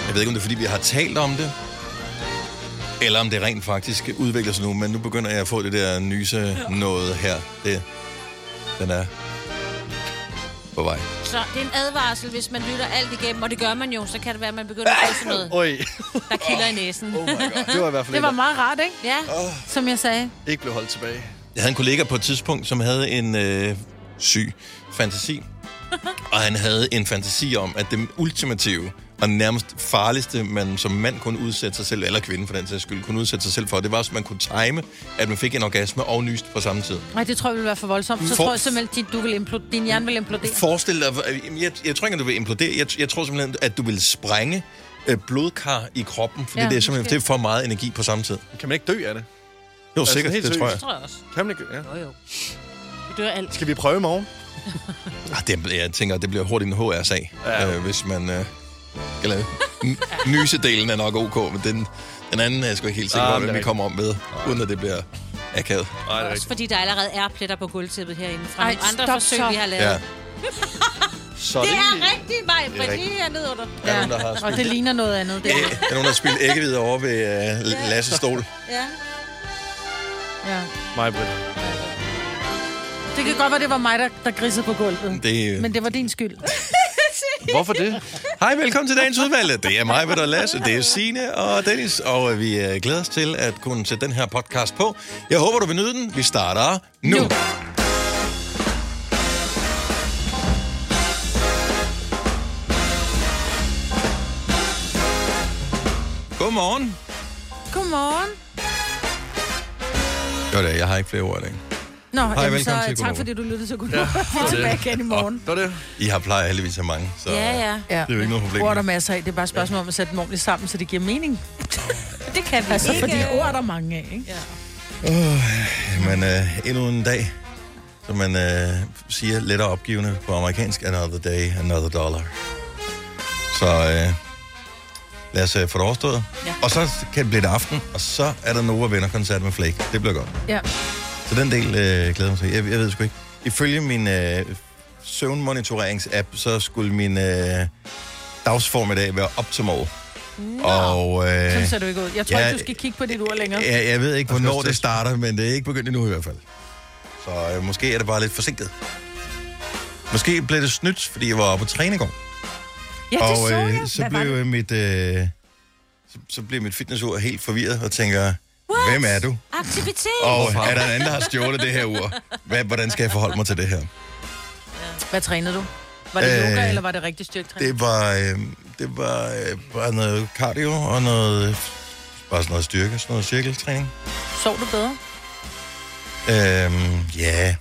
Jeg ved ikke, om det er, fordi vi har talt om det, eller om det rent faktisk udvikler sig nu, men nu begynder jeg at få det der nyse noget her. Den er på vej. Så det er en advarsel, hvis man lytter alt igennem, og det gør man jo, så kan det være, at man begynder at få sådan noget, der kilder i næsen. Oh my God. Det var i hvert fald det var meget rart, ikke? Ja. Som jeg sagde. Ikke blev holdt tilbage. Jeg havde en kollega på et tidspunkt, som havde en syg fantasi. Og han havde en fantasi om, at det ultimative og nærmest farligste, man som mand kunne udsætte sig selv, eller kvinde for den sags skyld, kunne udsætte sig selv for, det var, at man kunne time, at man fik en orgasme og nyst på samme tid. Nej, det tror jeg ville være for voldsomt. Så tror jeg simpelthen, at din hjerne vil implodere. Forestil dig, jeg tror ikke, at du vil implodere. Jeg tror simpelthen, at du vil sprænge blodkar i kroppen, fordi det er simpelthen det er for meget energi på samme tid. Kan man ikke dø af det? Jo, sikkert, det tror jeg. Det tror jeg også. Kan man ikke? Ja. Jo. Vi dør alt. Skal vi prøve i morgen? Jeg tænker, at det bliver hurtigt en HR-sag, hvis man... Eller, nysedelen er nok ok, men den anden er jeg sgu ikke helt sikker på, hvad vi kommer om ved, uden at det bliver akavet. Også fordi der allerede er pletter på gulvtæppet herinde fra andre forsøg, vi har lavet. Ja. Så det er rigtigt, mig, for lige hernede under. Ja, og det ligner noget andet. Der er nogen, der har spillet æggehvide over ved Lasses stol. Ja. Mig, Britt. Det kan godt være, det var mig, der grisede på gulvet. Men det var din skyld. Hvorfor det? Hej, velkommen til dagens udvalgte. Det er mig, Britt og Lasse, det er Signe og Dennis, og vi glæder os til at kunne sætte den her podcast på. Jeg håber, du vil nyde den. Vi starter nu. Godmorgen. Godmorgen. Jo, det er, jeg har ikke flere ord i dag. Nå, Hej, så til tak fordi du lyttede til Godmorgen. Vi er tilbage igen i morgen. Det det. I har plejer heldigvis af mange, så Ja. det er jo ikke noget problem. Ord er masser af. Det er bare et spørgsmål om at sætte dem ordentligt sammen, så det giver mening. Det kan vi Altså, ikke. fordi ord er der mange af, ikke? Ja. Men endnu en dag, som man siger lettere opgivende på amerikansk, another day, another dollar. Så lad os få det overstået. Ja. Og så kan det blive det aften, og så er der Nova Venner-koncert med Flake. Det bliver godt. Ja. Så den del glæder mig til. Jeg ved sgu ikke. Ifølge min søvnmonitorerings-app, så skulle min dagsform i dag være optimal. Og, Sådan ser du ikke ud. Jeg tror ikke, du skal kigge på dit ur længere. Jeg ved ikke, hvornår det starter, men det er ikke begyndt endnu i hvert fald. Så måske er det bare lidt forsinket. Måske blev det snydt, fordi jeg var oppe på træne i går. Ja, det og så jeg. så blev mit fitnessur helt forvirret og tænker, hvem er du? Aktivitet! Og er der en anden, der har stjålet det her ur? Hvordan skal jeg forholde mig til det her? Hvad trænede du? Var det yoga, eller var det rigtig styrketræning? Det var bare noget cardio og noget, bare sådan noget styrke, sådan noget cirkeltræning. Sov du bedre? Ja.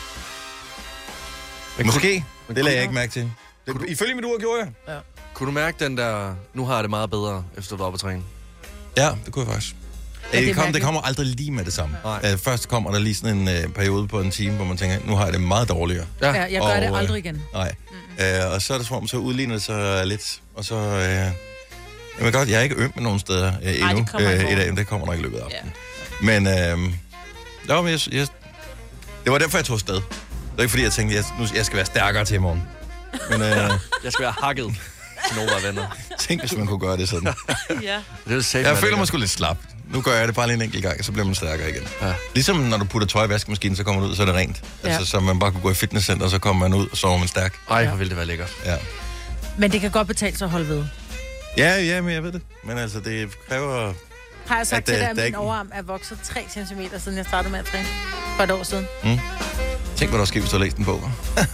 Måske. Det lagde jeg ikke mærke til. Ifølge mit ur gjorde jeg. Ja. Kunne du mærke den der, nu har jeg det meget bedre, efter du var oppe at træne? Ja, det kunne jeg faktisk. Det kommer aldrig lige med det samme. Først kommer der lige sådan en periode på en time, hvor man tænker, nu har jeg det meget dårligere. Ja, jeg gør det aldrig igen. Nej. Og så er det som om, så udligner det sig lidt. Og så... jeg er ikke øm med nogen steder endnu i dag, men det kommer nok i løbet af aftenen. Ja. Men det var derfor, jeg tog afsted. Det var ikke fordi, jeg tænkte, jeg skal være stærkere til i morgen. Men, jeg skal være hakket til Nova Venner. Tænk, hvis man kunne gøre det sådan. Ja. Jeg føler mig sgu lidt slap. Nu gør jeg det bare lige en enkelt gang, så bliver man stærkere igen. Ja. Ligesom når du putter tøj i vaskemaskinen, så kommer man ud, så er det rent. Ja. Altså, så man bare kunne gå i fitnesscenter, så kommer man ud, og så er man stærk. Ej, hvor ville det være lækkert. Ja. Men det kan godt betale sig at holde ved. Ja, men jeg ved det. Men altså, det kræver... Har jeg sagt til dig, at min overarm er vokset 3 cm, siden jeg startede med at træne? For et år siden. Tænk, hvad der sker, hvis du har læst en bog.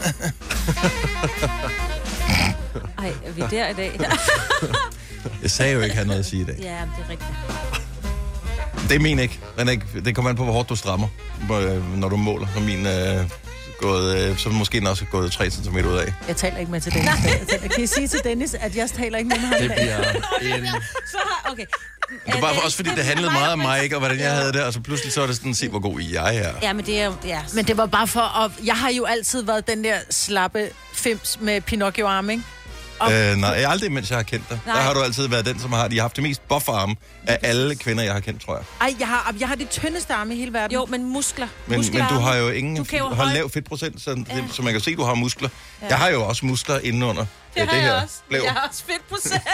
Ej, er vi der i dag? Jeg sagde jo ikke, at jeg havde noget at sige i dag. Ja, det er rigtigt. Det er min ikke. Det kommer an på, hvor hårdt du strammer, når du måler. Når min så måske den også gået 3 cm ud af. Jeg taler ikke med til Dennis. Kan I sige til Dennis, at jeg taler ikke med ham? Det bliver en... Okay. Det var bare også, fordi det handlede meget om mig, ikke, og hvordan jeg havde det, og så pludselig så er det sådan, se, hvor god jeg er. Ja, men det er jo... Ja. Men det var bare for at... Jeg har jo altid været den der slappe fims med Pinocchio-arm, ikke? Nej, aldrig, mens jeg har kendt dig. Nej. Der har du altid været den, som har haft det mest bufferarme af alle kvinder, jeg har kendt, tror jeg. Ej, jeg har de tyndeste arme i hele verden. Jo, men muskler. Men du har jo ingen... Du har lav fedtprocent, så man kan se, du har muskler. Ja. Jeg har jo også muskler indenunder det her. Jeg har også fedtprocent.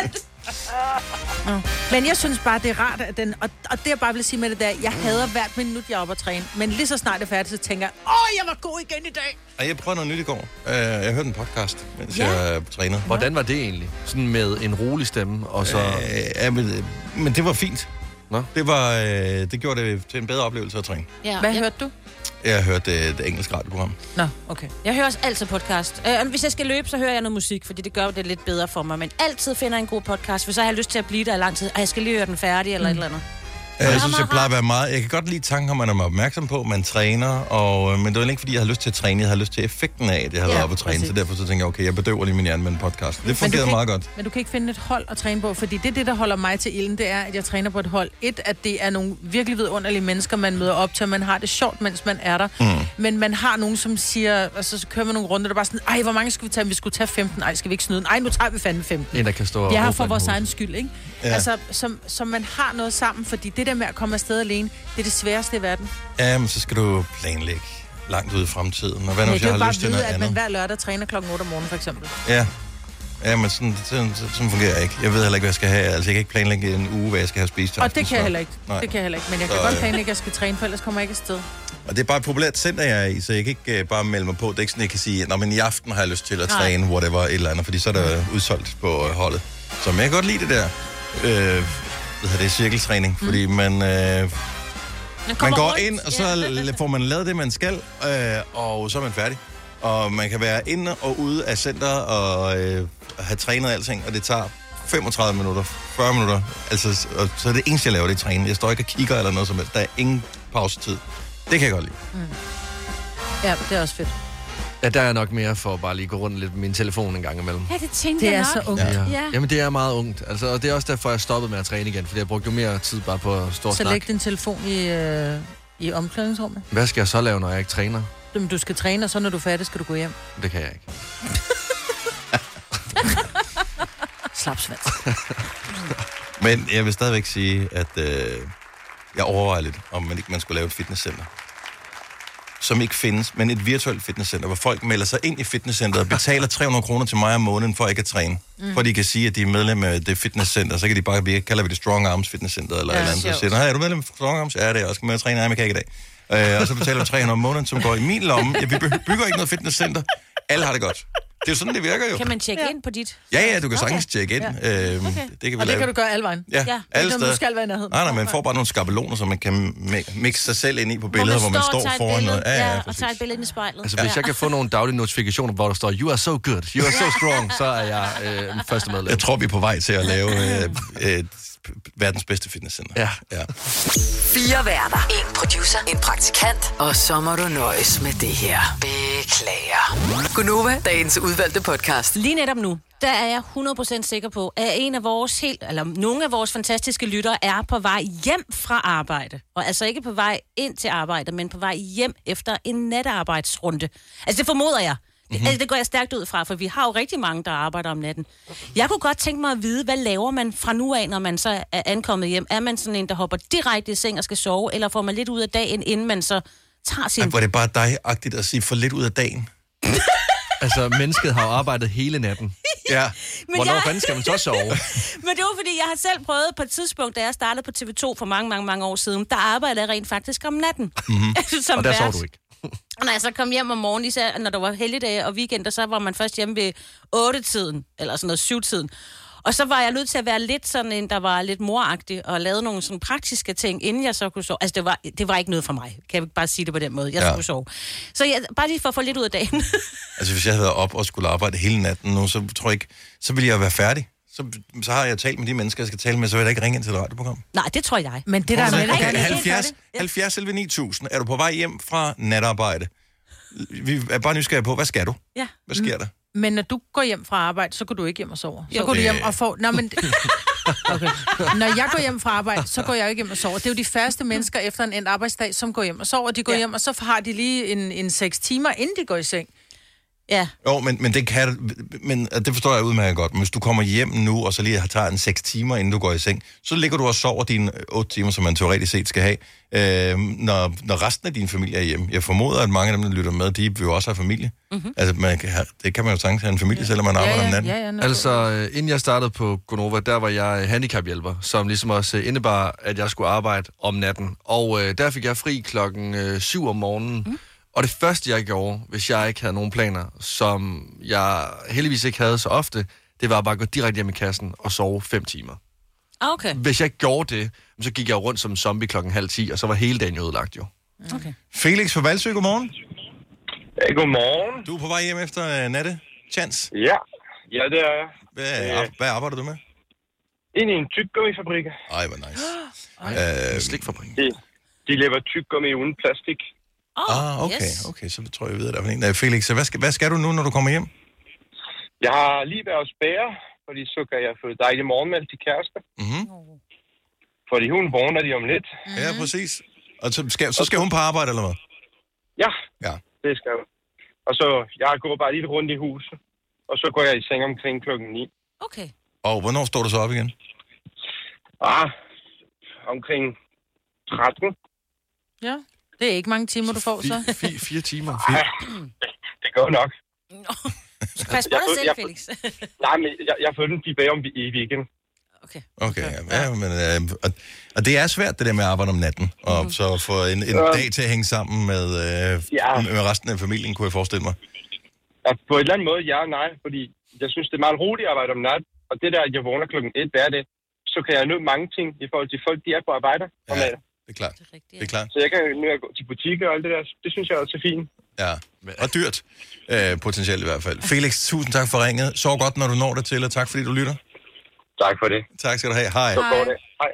Men jeg synes bare, det er rart, at den... Og det jeg bare vil sige med det der, jeg hader hvert minut, jeg er oppe at træne. Men lige så snart det er færdigt, så tænker jeg, jeg var god igen i dag. Og jeg prøvede noget nyt i går. Jeg hørte en podcast, mens jeg trænede. Hvordan var det egentlig? Sådan med en rolig stemme, og så... Men det var fint. Nå? Det gjorde det til en bedre oplevelse at træne. Ja. Hvad hørte du? Jeg hørte det engelske radioprogram. Nå, okay. Jeg hører også altid podcast. Hvis jeg skal løbe, så hører jeg noget musik, fordi det gør det lidt bedre for mig. Men altid finder jeg en god podcast, hvis så har jeg lyst til at blive der i lang tid. Jeg skal lige høre den færdig eller et eller andet. Jeg synes, jeg plejer at være meget... Jeg kan godt lide tanken, om man er opmærksom på, man træner, men det var ikke, fordi jeg havde lyst til at træne. Jeg havde lyst til effekten af, at jeg havde været oppe at træne. Så derfor så tænker jeg, okay, jeg bedøver lige min hjerne med en podcast. Det fungerede meget godt. Men du kan ikke finde et hold at træne på, fordi det, der holder mig til ilden, det er, at jeg træner på et hold. At det er nogle virkelig vidunderlige mennesker, man møder op til, man har det sjovt, mens man er der. Men man har nogen, som siger, altså så kører man nogle runder, der bare sådan, hvor mange skal vi tage? Vi skulle tage 15. Ej, skal vi ikke snyde? Ej, nu tager vi fandme 15. En, der kan stå jeg har for vores egen skyld, ikke? Ja. Altså, som man har noget sammen, fordi det der med at komme afsted alene, det er det sværeste i verden. Ja, men så skal du planlægge langt ud i fremtiden. Og hvad nu, hvis jeg har lyst til noget andet? at man hver lørdag træner klokken 8 om morgenen, for eksempel. Ja, men sådan fungerer jeg ikke. Jeg ved heller ikke, hvad jeg skal have. Altså, jeg kan ikke planlægge en uge, hvad jeg skal have spist til. Og det kan jeg heller ikke. Nej. Det kan jeg heller ikke. Men jeg kan godt planlægge, at jeg skal træne, for ellers kommer jeg ikke afsted. Og det er bare et populært center, jeg er i, så jeg kan ikke bare melde mig på. Det er ikke sådan, jeg kan sige, men i aften har jeg lyst til at træne, whatever, et eller andet, fordi så er der udsolgt på holdet. Så jeg kan godt lide det der, det er cirkeltræning, fordi man går ind, og så får man lavet det, man skal, og så er man færdig. Og man kan være inde og ude af centret og have trænet alting, og det tager 35 minutter, 40 minutter. Altså, og så er det eneste, jeg laver, det er træning. Jeg står ikke og kigger eller noget som helst. Der er ingen pausetid. Det kan jeg godt lide. Ja, det er også fedt. Ja, der er nok mere for bare lige gå rundt lidt med min telefon en gang imellem. Ja, det tænkte jeg nok. Det er så ungt. Ja. Jamen, det er meget ungt. Altså, og det er også derfor, jeg stoppede med at træne igen, fordi jeg brugte jo mere tid bare på at stå og snakke. Så læg din telefon i omklædningsrummet. Hvad skal jeg så lave, når jeg ikke træner? Jamen, du skal træne, og så når du er færdig, skal du gå hjem. Det kan jeg ikke. Slapsvand. Men jeg vil stadigvæk sige, at jeg overvejer lidt, om man skulle lave et fitnesscenter. Som ikke findes, men et virtuelt fitnesscenter, hvor folk melder sig ind i fitnesscenteret og betaler 300 kroner til mig om måneden, for ikke at træne. For de kan sige, at de er medlem af det fitnesscenter, så kan de bare, kalder vi det Strong Arms Fitnesscenter, eller et eller andet. Så siger er du medlem af Strong Arms? Ja, det er jeg også. Skal man træne? Nej, jeg kan ikke i dag. Og så betaler du 300 om måneden, som går i min lomme. Vi bygger ikke noget fitnesscenter. Alle har det godt. Det er jo sådan, det virker jo. Kan man tjekke ind på dit? Ja, du kan sagtens tjekke ind. Det kan vi og det kan du gøre alle vejen. Ja, alle steder. Du skal være i nærheden. Nej, man får bare nogle skabeloner, som man kan mixe sig selv ind i på billeder, hvor man står foran noget. Ja, og tager et billede ind i spejlet. Altså, hvis jeg kan få nogle daglige notifikationer, hvor der står, you are so good, you are so strong, så er jeg første medlem. Jeg tror, vi er på vej til at lave verdens bedste fitnesscenter. Ja. 4 værter. 1 producer. 1 praktikant. Og så må du nøjes med det her. Beklager. Gunova, dagens udvalgte podcast. Lige netop nu, der er jeg 100% sikker på, at nogle af vores fantastiske lyttere er på vej hjem fra arbejde. Og altså ikke på vej ind til arbejde, men på vej hjem efter en natarbejdsrunde. Altså det formoder jeg. Det går jeg stærkt ud fra, for vi har jo rigtig mange, der arbejder om natten. Jeg kunne godt tænke mig at vide, hvad laver man fra nu af, når man så er ankommet hjem? Er man sådan en, der hopper direkte i seng og skal sove, eller får man lidt ud af dagen, inden man så tager sin... Var det bare dig-agtigt at sige, for lidt ud af dagen? Altså, mennesket har jo arbejdet hele natten. Ja. Hvornår fanden skal man så sove? Men det var fordi, jeg har selv prøvet på et tidspunkt, da jeg startede på TV2 for mange år siden, der arbejdede jeg rent faktisk om natten. Og der sov du ikke? Og når jeg så kom hjem om morgenen, især når der var helligdage og weekender, så var man først hjemme ved 8-tiden, eller sådan noget 7-tiden. Og så var jeg nødt til at være lidt sådan en, der var lidt moragtig, og lavede nogle sådan praktiske ting, inden jeg så kunne sove. Altså, det var ikke noget for mig. Kan jeg bare sige det på den måde? Jeg skulle sove. Så bare lige for at få lidt ud af dagen. Altså, hvis jeg havde været op og skulle arbejde hele natten nu, så tror jeg ikke, så ville jeg være færdig. Så har jeg talt med de mennesker, jeg skal tale med, så vil jeg ikke ringe ind til et radioprogram. Nej, det tror jeg. Men det der er med 70 11 9000. Er du på vej hjem fra natarbejde? Vi er bare nysgerrige på, hvad skal du? Ja. Hvad sker der? Men når du går hjem fra arbejde, så går du ikke hjem og sover. Så går du hjem og får... Nå, men... Okay. Når jeg går hjem fra arbejde, så går jeg ikke hjem og sover. Det er jo de færreste mennesker efter en arbejdsdag, som går hjem og sover. De går hjem, og så har de lige en 6 timer, inden de går i seng. Ja. Jo, men det kan... Men det forstår jeg udmærket godt. Men hvis du kommer hjem nu, og så lige tager en 6 timer, inden du går i seng, så ligger du og sover dine 8 timer, som man teoretisk set skal have, når resten af din familie er hjemme. Jeg formoder, at mange af dem, der lytter med, de vil jo også have familie. Mm-hmm. Altså, det kan man jo sagtens have en familie, selvom man arbejder om natten. Altså, inden jeg startede på Gonova, der var jeg handicaphjælper, som ligesom også indebar, at jeg skulle arbejde om natten. Og der fik jeg fri 7 om morgenen. Mm. Og det første, jeg gjorde, hvis jeg ikke havde nogen planer, som jeg heldigvis ikke havde så ofte, det var bare at gå direkte hjem i kassen og sove 5 timer. Okay. Hvis jeg ikke gjorde det, så gik jeg rundt som zombie 9:30, og så var hele dagen ødelagt jo. Okay. Felix fra Valsø, godmorgen. Godmorgen. Du er på vej hjem efter nattechance? Ja, det er jeg. Hvad arbejder du med? Ind i en tykgummifabrik. Ej, hvor nice. En slikfabrik. De laver tyggegummi uden plastik. Okay, så tror jeg ved, der er en. Felix, hvad skal du nu, når du kommer hjem? Jeg har lige været hos bager, fordi så kan jeg få dejlig morgenmad til kæreste. Mm-hmm. Fordi hun vågner lige om lidt. Mm-hmm. Ja, præcis. Og så skal hun på arbejde, eller hvad? Ja, det skal hun. Og så, jeg går bare lidt rundt i huset. Og så går jeg i seng omkring 9:00. Okay. Og hvornår står du så op igen? Omkring 13. Ja. Det er ikke mange timer, du får så. 4 timer. Det går nok. Pas på dig selv, Felix. Nej, men jeg får den de bag om i weekend. Okay, ja, men og det er svært, det der med at arbejde om natten, og så få en dag til at hænge sammen med resten af familien, kunne jeg forestille mig. Ja, på et eller andet måde, ja og nej, fordi jeg synes, det er meget roligt at arbejde om natten, og det der, at jeg vågner 1:00 hver dag, så kan jeg nå mange ting i forhold til folk, de er på arbejde om natten. Det er klart. Det er klart. Så jeg kan nu gå til butikker og alt det der. Det synes jeg også er fint. Ja, og dyrt. Potentielt i hvert fald. Felix, tusind tak for ringet. Sov godt, når du når det til, og tak fordi du lytter. Tak for det. Tak skal du have. Hej. Hej.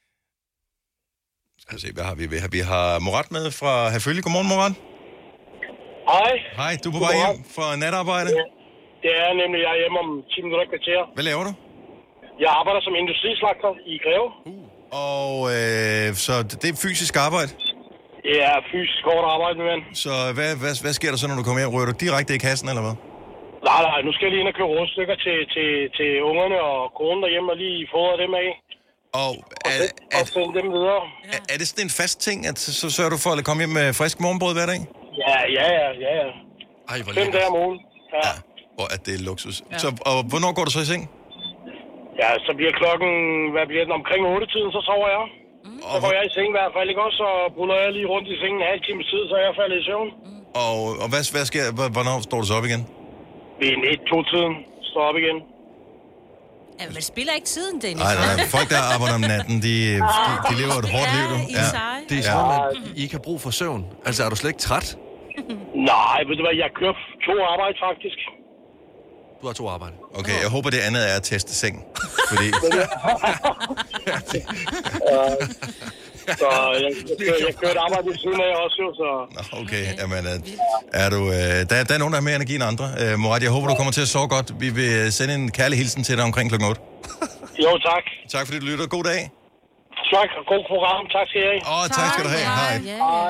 Skal vi se, hvad har vi ved her? Vi har Murat med fra Herfølge. Godmorgen, Murat. Hej. Hej, du er på vej hjem fra natarbejde? Ja. Det er nemlig, jeg er hjemme om 10 minutter i kvarter. Hvad laver du? Jeg arbejder som industrislagter i Greve. Og så det er fysisk arbejde? Ja, fysisk hårdt arbejde, men. Så hvad sker der så, når du kommer hjem? Rører du direkte i kassen, eller hvad? Nej, nu skal jeg lige ind og købe rådstykker til ungerne og konen derhjemme og lige fodre dem af. Og sende dem videre. Er det sådan en fast ting, at så sørger du for at komme hjem med frisk morgenbrød hver dag? Ja. Ej, hvor 5 dage om ugen. Ja. Og at det er luksus. Ja. Så, og hvornår går du så i seng? Ja, så bliver klokken, omkring 8-tiden, så sover jeg. Så går jeg i seng i hvert fald, ikke også? Så ruller jeg lige rundt i sengen en halv times tid, så er jeg faldet i søvn. Og hvad sker, hvornår står du så op igen? Ved 1-2-tiden står op igen. Ja, men spiller ikke tiden, Dennis. Nej. Folk, der arbejder om natten, de lever et hårdt liv, du. Ja. Det er som at I ikke har brug for søvn. Altså, er du slet ikke træt? Nej, ved du hvad, jeg kører 2 arbejde faktisk. Du har 2 arbejde. Okay, jeg håber, det andet er at teste seng. Fordi... Så jeg kører et arbejde ved siden af også, så... Okay, jamen, er du... Der er nogen, der har mere energi end andre. Murat, jeg håber, du kommer til at sove godt. Vi vil sende en kærlig hilsen til dig omkring 8:00. Jo, tak. Tak fordi du lytter. God dag. Tak, og god program. Tak skal I have. Tak skal du have. Hej. Hej.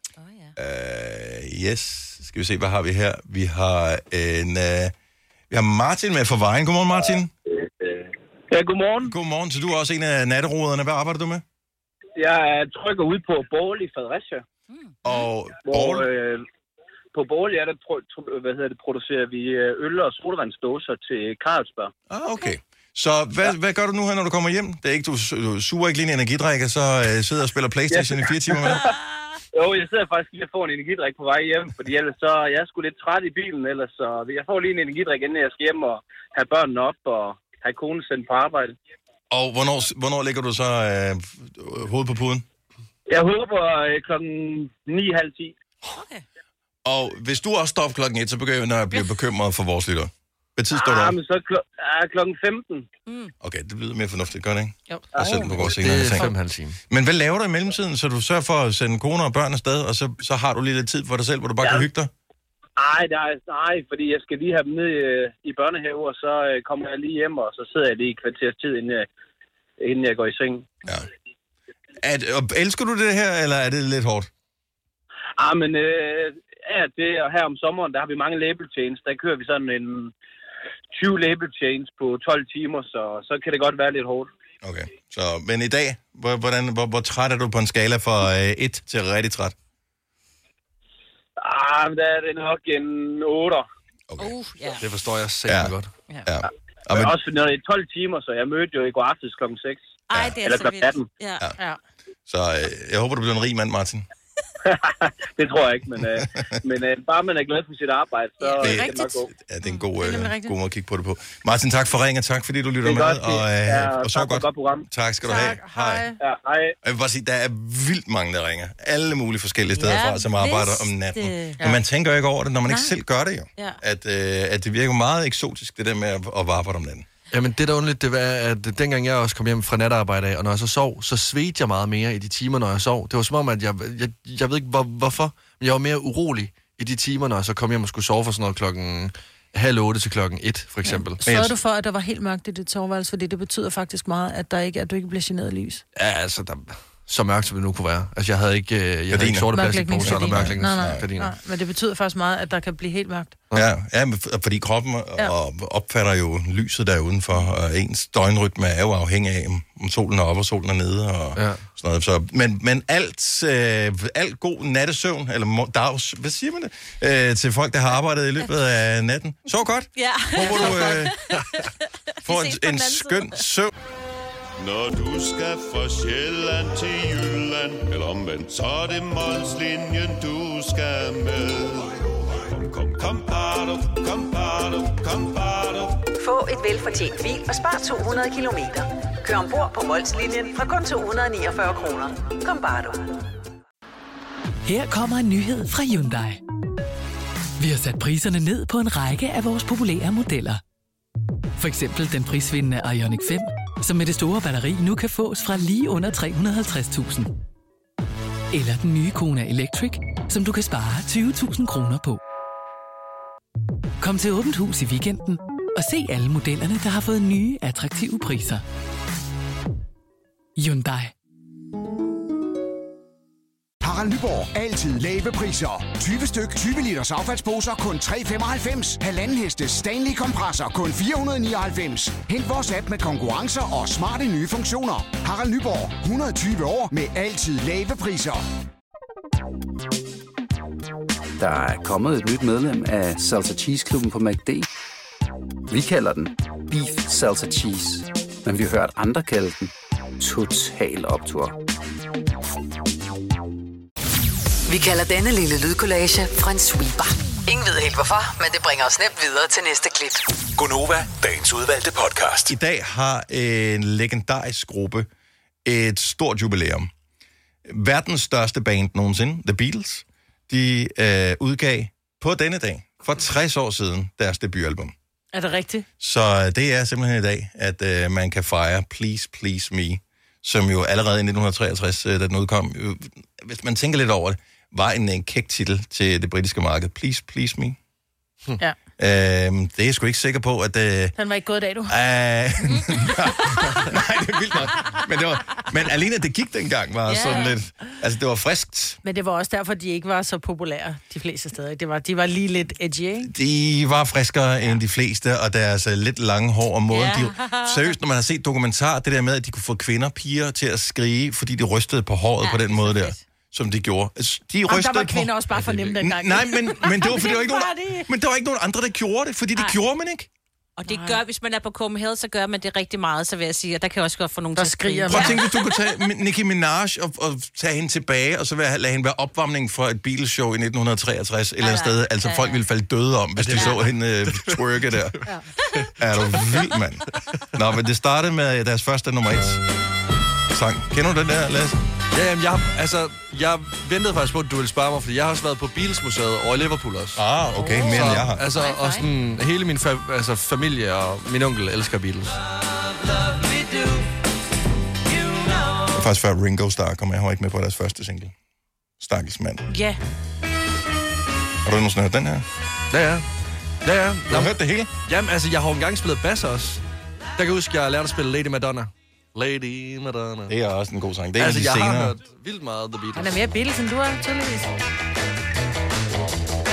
Yes. Skal vi se, hvad har vi her? Vi har vi har Martin med fra Vejen. Godmorgen, Martin. Ja, godmorgen. Godmorgen. Så du er også en af natteroderne. Hvad arbejder du med? Jeg trykker ud på Borl i Fredericia. Og Borl? På Borl, ja, der producerer vi øl og sodavandsdåser til Carlsberg. Okay. Så hvad gør du nu her, når du kommer hjem? Det er ikke, du suger ikke lige en energidrik, og så sidder og spiller PlayStation i 4 timer med? Jo, jeg sidder faktisk lige og får en energidrik på vej hjem, fordi ellers så jeg er sgu lidt træt i bilen, ellers så jeg får lige en energidrik, inden jeg skal hjem og have børnene op og have konen sendt på arbejde. Og hvornår lægger du så hovedet på puden? Jeg håber 9:30. Okay. Og hvis du også står op 1:00, så begynder jeg at blive bekymret for vores lytter. Hvad tid står du op? Men så 15. Okay, det lyder mere fornuftigt, gør det ikke? Jo. Og selvom du går senere i seng. Det er 5,5 timer. Men hvad laver du i mellemtiden, så du sørger for at sende koner og børn afsted, og så har du lige lidt tid for dig selv, hvor du bare kan hygge dig? Nej, fordi jeg skal lige have dem ned i børnehave, og så kommer jeg lige hjem, og så sidder jeg lige i kvarters tid, inden jeg går i seng. Ja. Elsker du det her, eller er det lidt hårdt? Men af det, og her om sommeren, der har vi mange label chains. Der kører vi sådan en 20 label chains på 12 timer, så kan det godt være lidt hårdt. Okay, men i dag, hvor træt er du på en skala fra 1 til rigtig træt? Men der er det nok en 8. Okay. Det forstår jeg selv godt. Ja. Men også når det er 12 timer, så jeg mødte jo i går aftes kl. 6. Ej, det er eller så kl. 18. Ja. Så jeg håber, du bliver en rig mand, Martin. Det tror jeg ikke, men bare man er glad for sit arbejde, så det er det nok gå. Ja, det er en god måde at kigge på det på. Martin, tak for ringen, tak fordi du lytter med. Og så godt program. Tak skal du have. Hej. Ja, hej. Jeg vil bare sige, der er vildt mange, der ringer. Alle mulige forskellige steder fra, som arbejder om natten. Men man tænker jo ikke over det, når man ikke selv gør det jo. Ja. At det virker meget eksotisk, det der med at arbejde om natten. Jamen, det der underligt, det var, at dengang jeg også kom hjem fra natarbejde af, og når jeg så sov, så svedte jeg meget mere i de timer, når jeg sov. Det var som om, at jeg ved ikke, hvorfor, men jeg var mere urolig i de timer, når jeg så kom hjem og skulle sove for sådan noget klokken 7:30 til klokken 1, for eksempel. Ja. Sørger du for, at der var helt mørkt i dit soveværelse, fordi det betyder faktisk meget, at du ikke bliver generet af lys? Ja, altså, så mørkt, som det nu kunne være. Altså, jeg havde ikke sorte plastikposer eller mørklægningsgardiner. Nej, men det betyder faktisk meget, at der kan blive helt mørkt. Ja, fordi kroppen opfatter jo lyset der udenfor, og ens døgnrytme er jo afhængig af, om solen er oppe og solen er nede, og sådan noget. Så, men alt god nattesøvn, eller dags, hvad siger man det, til folk, der har arbejdet i løbet af natten. Så godt. Ja. Håber du får en skøn søvn. Når du skal fra Sjælland til Jylland, eller omvendt, så er det Molslinjen, du skal med. Kom, bado, kom, bado. Få et velfortjent bil og spar 200 kilometer. Kør ombord på Molslinjen fra kun 249 kroner. Kom, bado. Her kommer en nyhed fra Hyundai. Vi har sat priserne ned på en række af vores populære modeller. For eksempel den prisvindende Ioniq 5, som med det store batteri nu kan fås fra lige under 350.000. Eller den nye Kona Electric, som du kan spare 20.000 kroner på. Kom til Åbent Hus i weekenden og se alle modellerne, der har fået nye, attraktive priser. Hyundai. Harald Nyborg. Altid lave priser. 20 styk, 20 liters affaldsposer kun 3,95. Halvanden hestes Stanley kompresser kun 499. Hent vores app med konkurrencer og smarte nye funktioner. Harald Nyborg. 120 år med altid lave priser. Der er kommet et nyt medlem af Salsa Cheese Klubben på McD. Vi kalder den Beef Salsa Cheese, men vi har hørt andre kalde den Total Optur. Vi kalder denne lille lydkollage en sweeper. Ingen ved helt hvorfor, men det bringer os nemt videre til næste klip. Gonova, dagens udvalgte podcast. I dag har en legendarisk gruppe et stort jubilæum. Verdens største band nogensinde, The Beatles, de udgav på denne dag, for 60 år siden, deres debutalbum. Er det rigtigt? Så det er simpelthen i dag, at man kan fejre Please Please Me, som jo allerede i 1963, da den udkom, hvis man tænker lidt over det, var en kæk titel til det britiske marked. Please Please Me. Ja. Det er jeg sgu ikke sikker på, at... Den var ikke gået i dag, du. Nej, det er vildt nok. Men alene at det gik dengang, var sådan lidt... Altså, det var friskt. Men det var også derfor, de ikke var så populære de fleste steder. De var lige lidt edgy, ikke? De var friskere end de fleste, og deres lidt lange hår og måden. Seriøst, når man har set dokumentar, det der med, at de kunne få piger til at skrige, fordi de rystede på håret på den måde der. Som de gjorde. De rystede der var kvinder også bare for nemt dengang. Nej, men det var, fordi der var ikke nogen andre, der gjorde det, fordi det gjorde man ikke. Og det gør, hvis man er på Copenhagen, så gør man det rigtig meget, så vil jeg sige, og der kan også godt få nogen til at skrige. Prøv at tænke, hvis du kunne tage Nicki Minaj og tage hende tilbage, og så lade hende være opvarmning for et Beatles-show i 1963 eller et sted. Altså, folk ville falde døde om, hvis de så hende twerke der. Er du vild, mand? Nå, men det startede med deres første nummer 1 sang. Kender du den der, Lasse? Ja, jamen, jeg ventede faktisk på, at du ville spørge mig, fordi jeg har også været på Beatles-museet og i Liverpool også. Ah, okay, mere end jeg har. Altså, og sådan, hele min familie og min onkel elsker Beatles. Det var faktisk før Ringo Starr kom. Jeg var ikke med på deres første single. Stakkels mand. Ja. Har du nogensinde hørt den her? Ja. Du har hørt det hele? Jamen, altså, jeg har engang spillet bass også. Der kan jeg huske, at jeg lærte at spille Lady Madonna. Lady Madonna. Det er også en god sang. Det er altså, jeg har hørt vildt meget The Beatles. Han er mere Beatles, end du er, tydeligvis.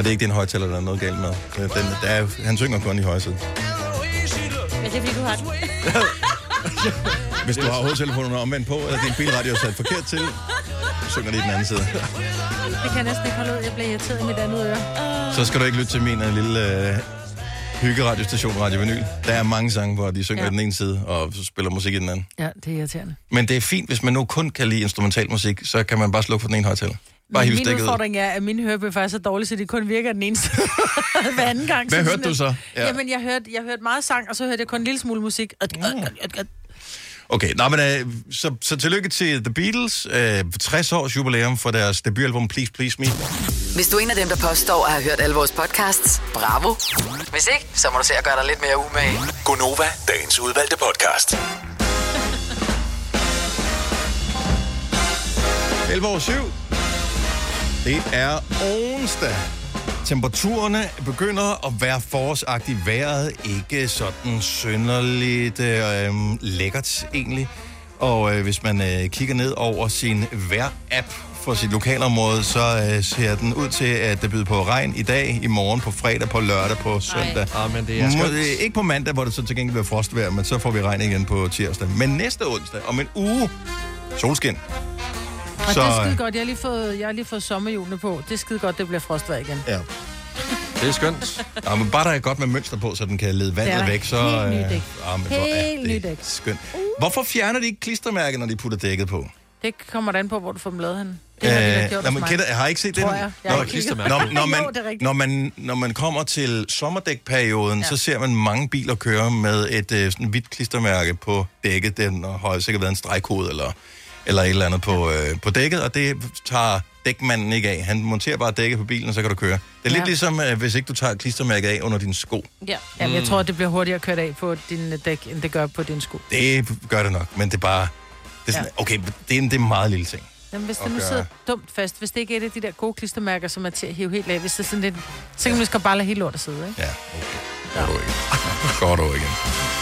Og det er ikke din højtaler, der er noget galt med. Han synger kun i højre side. Men det er fordi, du har den. Hvis du har hovedtelefonerne omvendt på, eller din bilradio er sat forkert til, synger det i den anden side. Det kan jeg næsten ikke holde ud. Jeg bliver irriteret i mit andet øre. Så skal du ikke lytte til min lille hyggeradiostation Radio Vinyl. Der er mange sange, hvor de synger i den ene side, og så spiller musik i den anden. Ja, det er irriterende. Men det er fint, hvis man nu kun kan lide instrumental musik, så kan man bare slukke for den ene højtaler. Bare min udfordring er, at mine hørebøger faktisk er dårlige, så de kun virker den eneste hver anden gang. Hvad hørte du så? Ja. Jamen, jeg hørte meget sang, og så hørte jeg kun en lille smule musik. Okay, så tillykke til The Beatles. 60 års jubilæum for deres debutalbum Please Please Me. Hvis du er en af dem, der påstår at have hørt alle vores podcasts, bravo. Hvis ikke, så må du se at gøre dig lidt mere umage. Gonova, dagens udvalgte podcast. 11:07. Det er onsdag. Temperaturerne begynder at være forårsagtige. Vejret ikke sådan synderligt lækkert egentlig. Og hvis man kigger ned over sin vejr-app for sit lokalområde, så ser den ud til, at det byder på regn i dag, i morgen, på fredag, på lørdag, på søndag. Men det er ikke på mandag, hvor det så til gengæld bliver frostvejr, men så får vi regn igen på tirsdag. Men næste onsdag, om en uge, solskin. Og det er skide godt. Jeg har lige fået sommerhjulene på. Det er skide godt, det bliver frostvejr igen. Ja. Det er skønt. Ja, men bare der er godt med mønster på, så den kan lede vandet væk. Så, helt ny dæk. Helt ny dæk. Skønt. Hvorfor fjerner de ikke klistermærket, når de putter dækket på? Det kommer an på, hvor du får dem lavet henne. Det har de da gjort hos mig. Jeg har ikke set det. Når man kommer til sommerdækperioden, så ser man mange biler køre med et sådan hvidt klistermærke på dækket. Den har sikkert været en stregkode eller et eller andet på dækket, og det tager dækmanden ikke af. Han monterer bare dækket på bilen, og så kan du køre. Det er lidt ligesom, hvis ikke du tager klistermærket af under dine sko. Ja. Jamen, jeg tror, det bliver hurtigere kørt af på dine dæk, end det gør på dine sko. Det gør det nok, men det er bare... Det er sådan, okay, det er en meget lille ting. Jamen, hvis det nu sidder dumt fast, hvis det ikke er et af de der gode klistermærker, som er til at hive helt af, hvis det er sådan lidt... Så kan man lige bare lade helt lort at sidde, ikke? Ja, okay. Går du igen.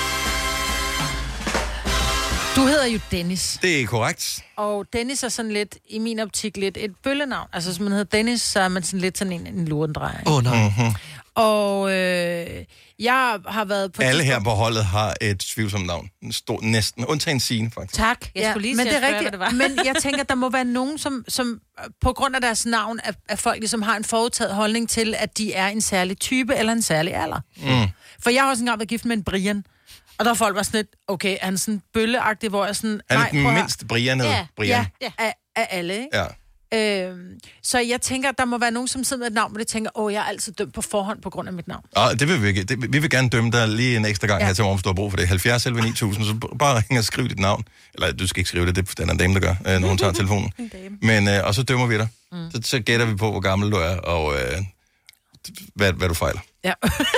Du hedder jo Dennis. Det er korrekt. Og Dennis er sådan lidt, i min optik, lidt et bøllenavn. Altså, hvis man hedder Dennis, så er man sådan lidt sådan en lurendrejer. Nej. Mm-hmm. Og jeg har været på... Alle her på holdet har et tvivlsomt navn. Næsten. Undtagen Signe, faktisk. Tak. Jeg skulle lige men se det er rigtigt, hvad det var. Men jeg tænker, der må være nogen, som på grund af deres navn, at folk ligesom har en forudtaget holdning til, at de er en særlig type eller en særlig alder. Mm. For jeg har også engang været gift med en Brian. Og der er folk var sådan lidt, okay, han er sådan bølleagtig, hvor jeg sådan... Han er den mindste Brian. Ja, af alle, ikke? Ja. Så jeg tænker, der må være nogen, som sidder med et navn, og de tænker, jeg er altid dømt på forhånd på grund af mit navn. Det vil vi ikke. Vi vil gerne dømme dig lige en ekstra gang her til morgen, hvis du har brug for det. 70 11 9000, så bare ring og skriv dit navn. Eller du skal ikke skrive det, det er en dame, der gør, når hun tager telefonen. Men, og så dømmer vi dig. Så gætter vi på, hvor gammel du er, og hvad du fejler. Ja.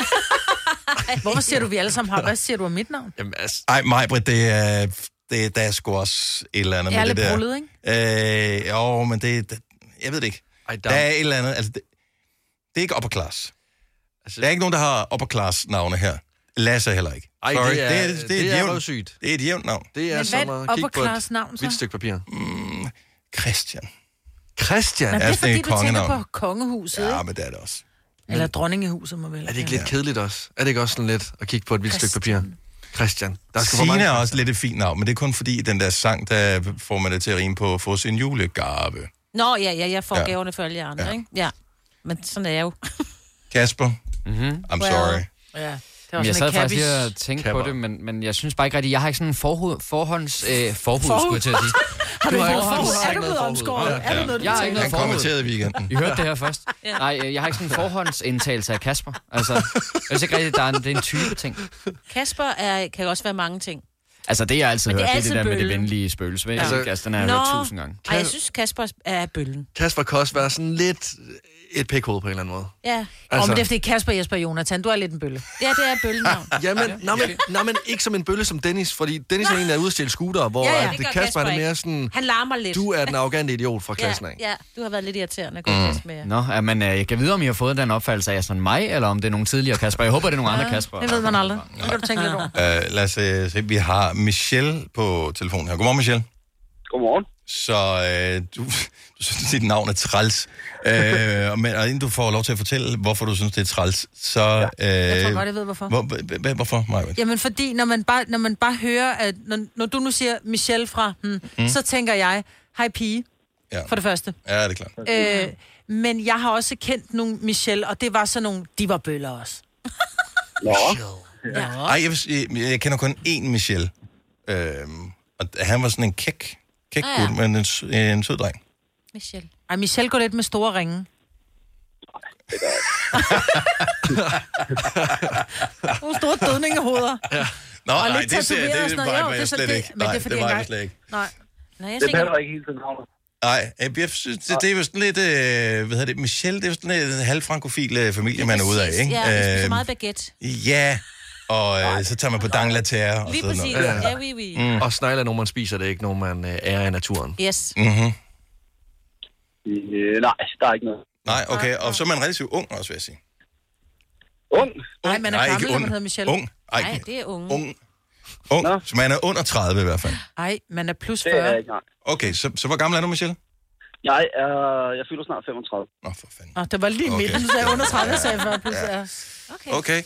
Hvorfor siger du, vi alle sammen har? Hvad siger du af mit navn? Jamen, ej, Maj-Britt, der er sgu også et eller andet med det der. Jeg er lidt brullet, ikke? Jo, men jeg ved det ikke. Der er et eller andet, altså det er ikke upper class. Altså, der er ikke nogen, der har upper class navne her. Lasse heller ikke. Ej, det er sygt. Det er et jævnt navn. Det er som at kigge på et hvidt stykke papir. Christian. Christian? Men det er fordi, du tænker på kongehuset, ikke? Ja, men det er det også. Eller dronningehuset, må vel. Er det ikke lidt kedeligt også? Er det ikke også sådan lidt at kigge på et hvidt stykke papir? Christian. Signe er også lidt et fint navn, men det er kun fordi, den der sang, der får man det til at rime på, få sin julegave. Nå, jeg får gaverne for alle jer andre, ikke? Ja, men sådan er jeg jo. Kasper, I'm sorry. Ja. Jeg sad faktisk lige og tænkte på det, men jeg synes bare ikke rigtigt, jeg har ikke sådan en forhud, skulle jeg til at sige. Har du ikke noget forhud? Er du blevet omskåret? Er du noget, jeg har ikke noget forhud. Han kommenterede i weekenden. I hørte det her først. Nej, jeg har ikke sådan en forhåndsindtagelse af Kasper. Altså, jeg synes ikke rigtigt, det er en type ting. Kasper kan også være mange ting. Altså, det jeg altid hørt, det er det der bøllen. med det venlige spøgelse. Ja. Altså, den har jeg hørt 1000 gange. Jeg synes, Kasper er bøllen. Kasper kan også være sådan lidt et pikhoved på en eller anden måde. Ja. Altså. Men det er fordi Kasper, Jesper og Jonathan, du er lidt en bølle. Ja, det er bøllenavn. men ikke som en bølle som Dennis, fordi Dennis er en, der er ude at stjæle scooter, hvor Kasper er mere sådan... Han larmer lidt. Du er den arrogante idiot fra klassen af. Ja, du har været lidt irriterende at gå i klasse med. Nå, men jeg kan vide, om I har fået den opfattelse af sådan mig, eller om det er nogle tidligere Kasper. Jeg håber, det er nogle andre Kasper. Det ved man aldrig. Det kan du tænke lidt over. Lad os se, vi har Michelle på telefonen her. Godmorgen, Michelle. Godmorgen. Så du synes, dit navn er træls. Men inden du får lov til at fortælle, hvorfor du synes, det er træls, så... Jeg tror godt, jeg ved, hvorfor. Hvorfor, Maja? Jamen, fordi når man bare hører, at når du nu siger Michelle fra, så tænker jeg, hej pige, for det første. Ja, det er klart. Men jeg har også kendt nogle Michelle, og det var sådan nogle, de var bøller også. Nå. Ja. Ej, jeg kender kun én Michelle. Og han var sådan en kæk gut, men en sød dreng. Michelle. Ej, Michelle går lidt med store ringe. Det gør Nogle store dødningehoveder. Ja. Nå, og nej, det var jeg slet ikke. Men det er fordi, det var jeg slet ikke. Nej. Det passer ikke helt til navnet. Nej, jeg synes, det er jo sådan lidt, hvad hedder det, Michelle, det er jo sådan en halvfrankofil familie, man er ude af, ikke? Ja, så meget baguette. Ja, og så tager man på danglaterre og lige sådan præcis. noget. Ja, oui. Og snegle er nogen, man spiser, det er ikke nogen, man er i naturen. Yes. Mm-hmm. Nej, der er ikke noget. Nej, okay, og så er man relativt ung også, vil jeg sige. Ung? Nej, man er gammel, når man hedder Michelle. Ung? Nej, det er unge. Ung, så man er under 30 i hvert fald. Nej, man er plus 40. Det er ikke, nej. Okay, så hvor gammel er du, Michelle? Jeg fylder snart 35. Nå, for fanden. Det var lige midten, du sagde under 30, sagde 40 plus. Ja. Okay.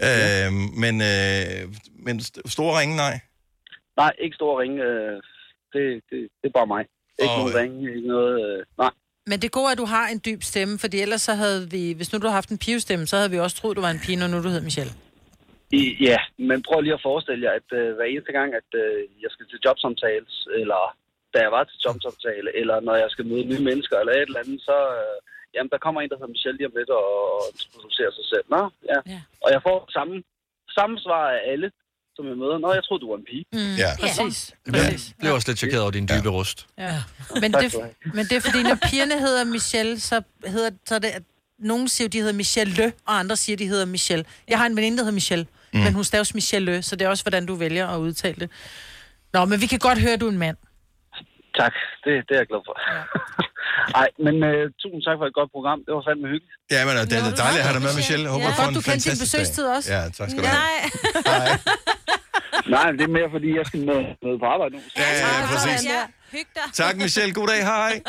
Men store ringe, nej? Nej, ikke store ringe. Det er bare mig. Ikke nogen ringe, ikke noget... nej. Men det gode er, at du har en dyb stemme, fordi ellers så havde vi... Hvis nu du havde haft en pigestemme, så havde vi også troet, du var en pige, når nu du hed Michelle. Ja, men prøv lige at forestille jer, at hver eneste gang, at jeg skal til jobsamtales, eller da jeg var til jobsamtale, eller når jeg skal møde nye mennesker, eller et eller andet, så... Jamen, der kommer en, der hedder Michelle lige om lidt og introducerer sig selv. Nå, ja. Og jeg får samme svar af alle, som jeg møder. Nå, jeg troede, du var en pige. Ja, præcis. Jeg blev også lidt chokeret over din dybe rust. Ja. Men det er fordi, når pigerne hedder Michelle, så det, at nogen siger, de hedder Michelle, og andre siger, de hedder Michelle. Jeg har en veninde, der hedder Michelle, men hun staves Michelle, så det er også, hvordan du vælger at udtale det. Nå, men vi kan godt høre, at du er en mand. Tak, det er jeg glad for. Ja. Ej, men tusind tak for et godt program. Det var fandme hyggeligt. Ja, men det er dejligt at have dig med, Michelle. Jeg håber, du får en du kendte din fantastisk besøgstid dag. også. Ja, tak skal du have. Nej, men det er mere, fordi jeg skal møde på arbejde nu. Ja, præcis. Ja, hyg dig. Tak, Michelle. God dag. Hej.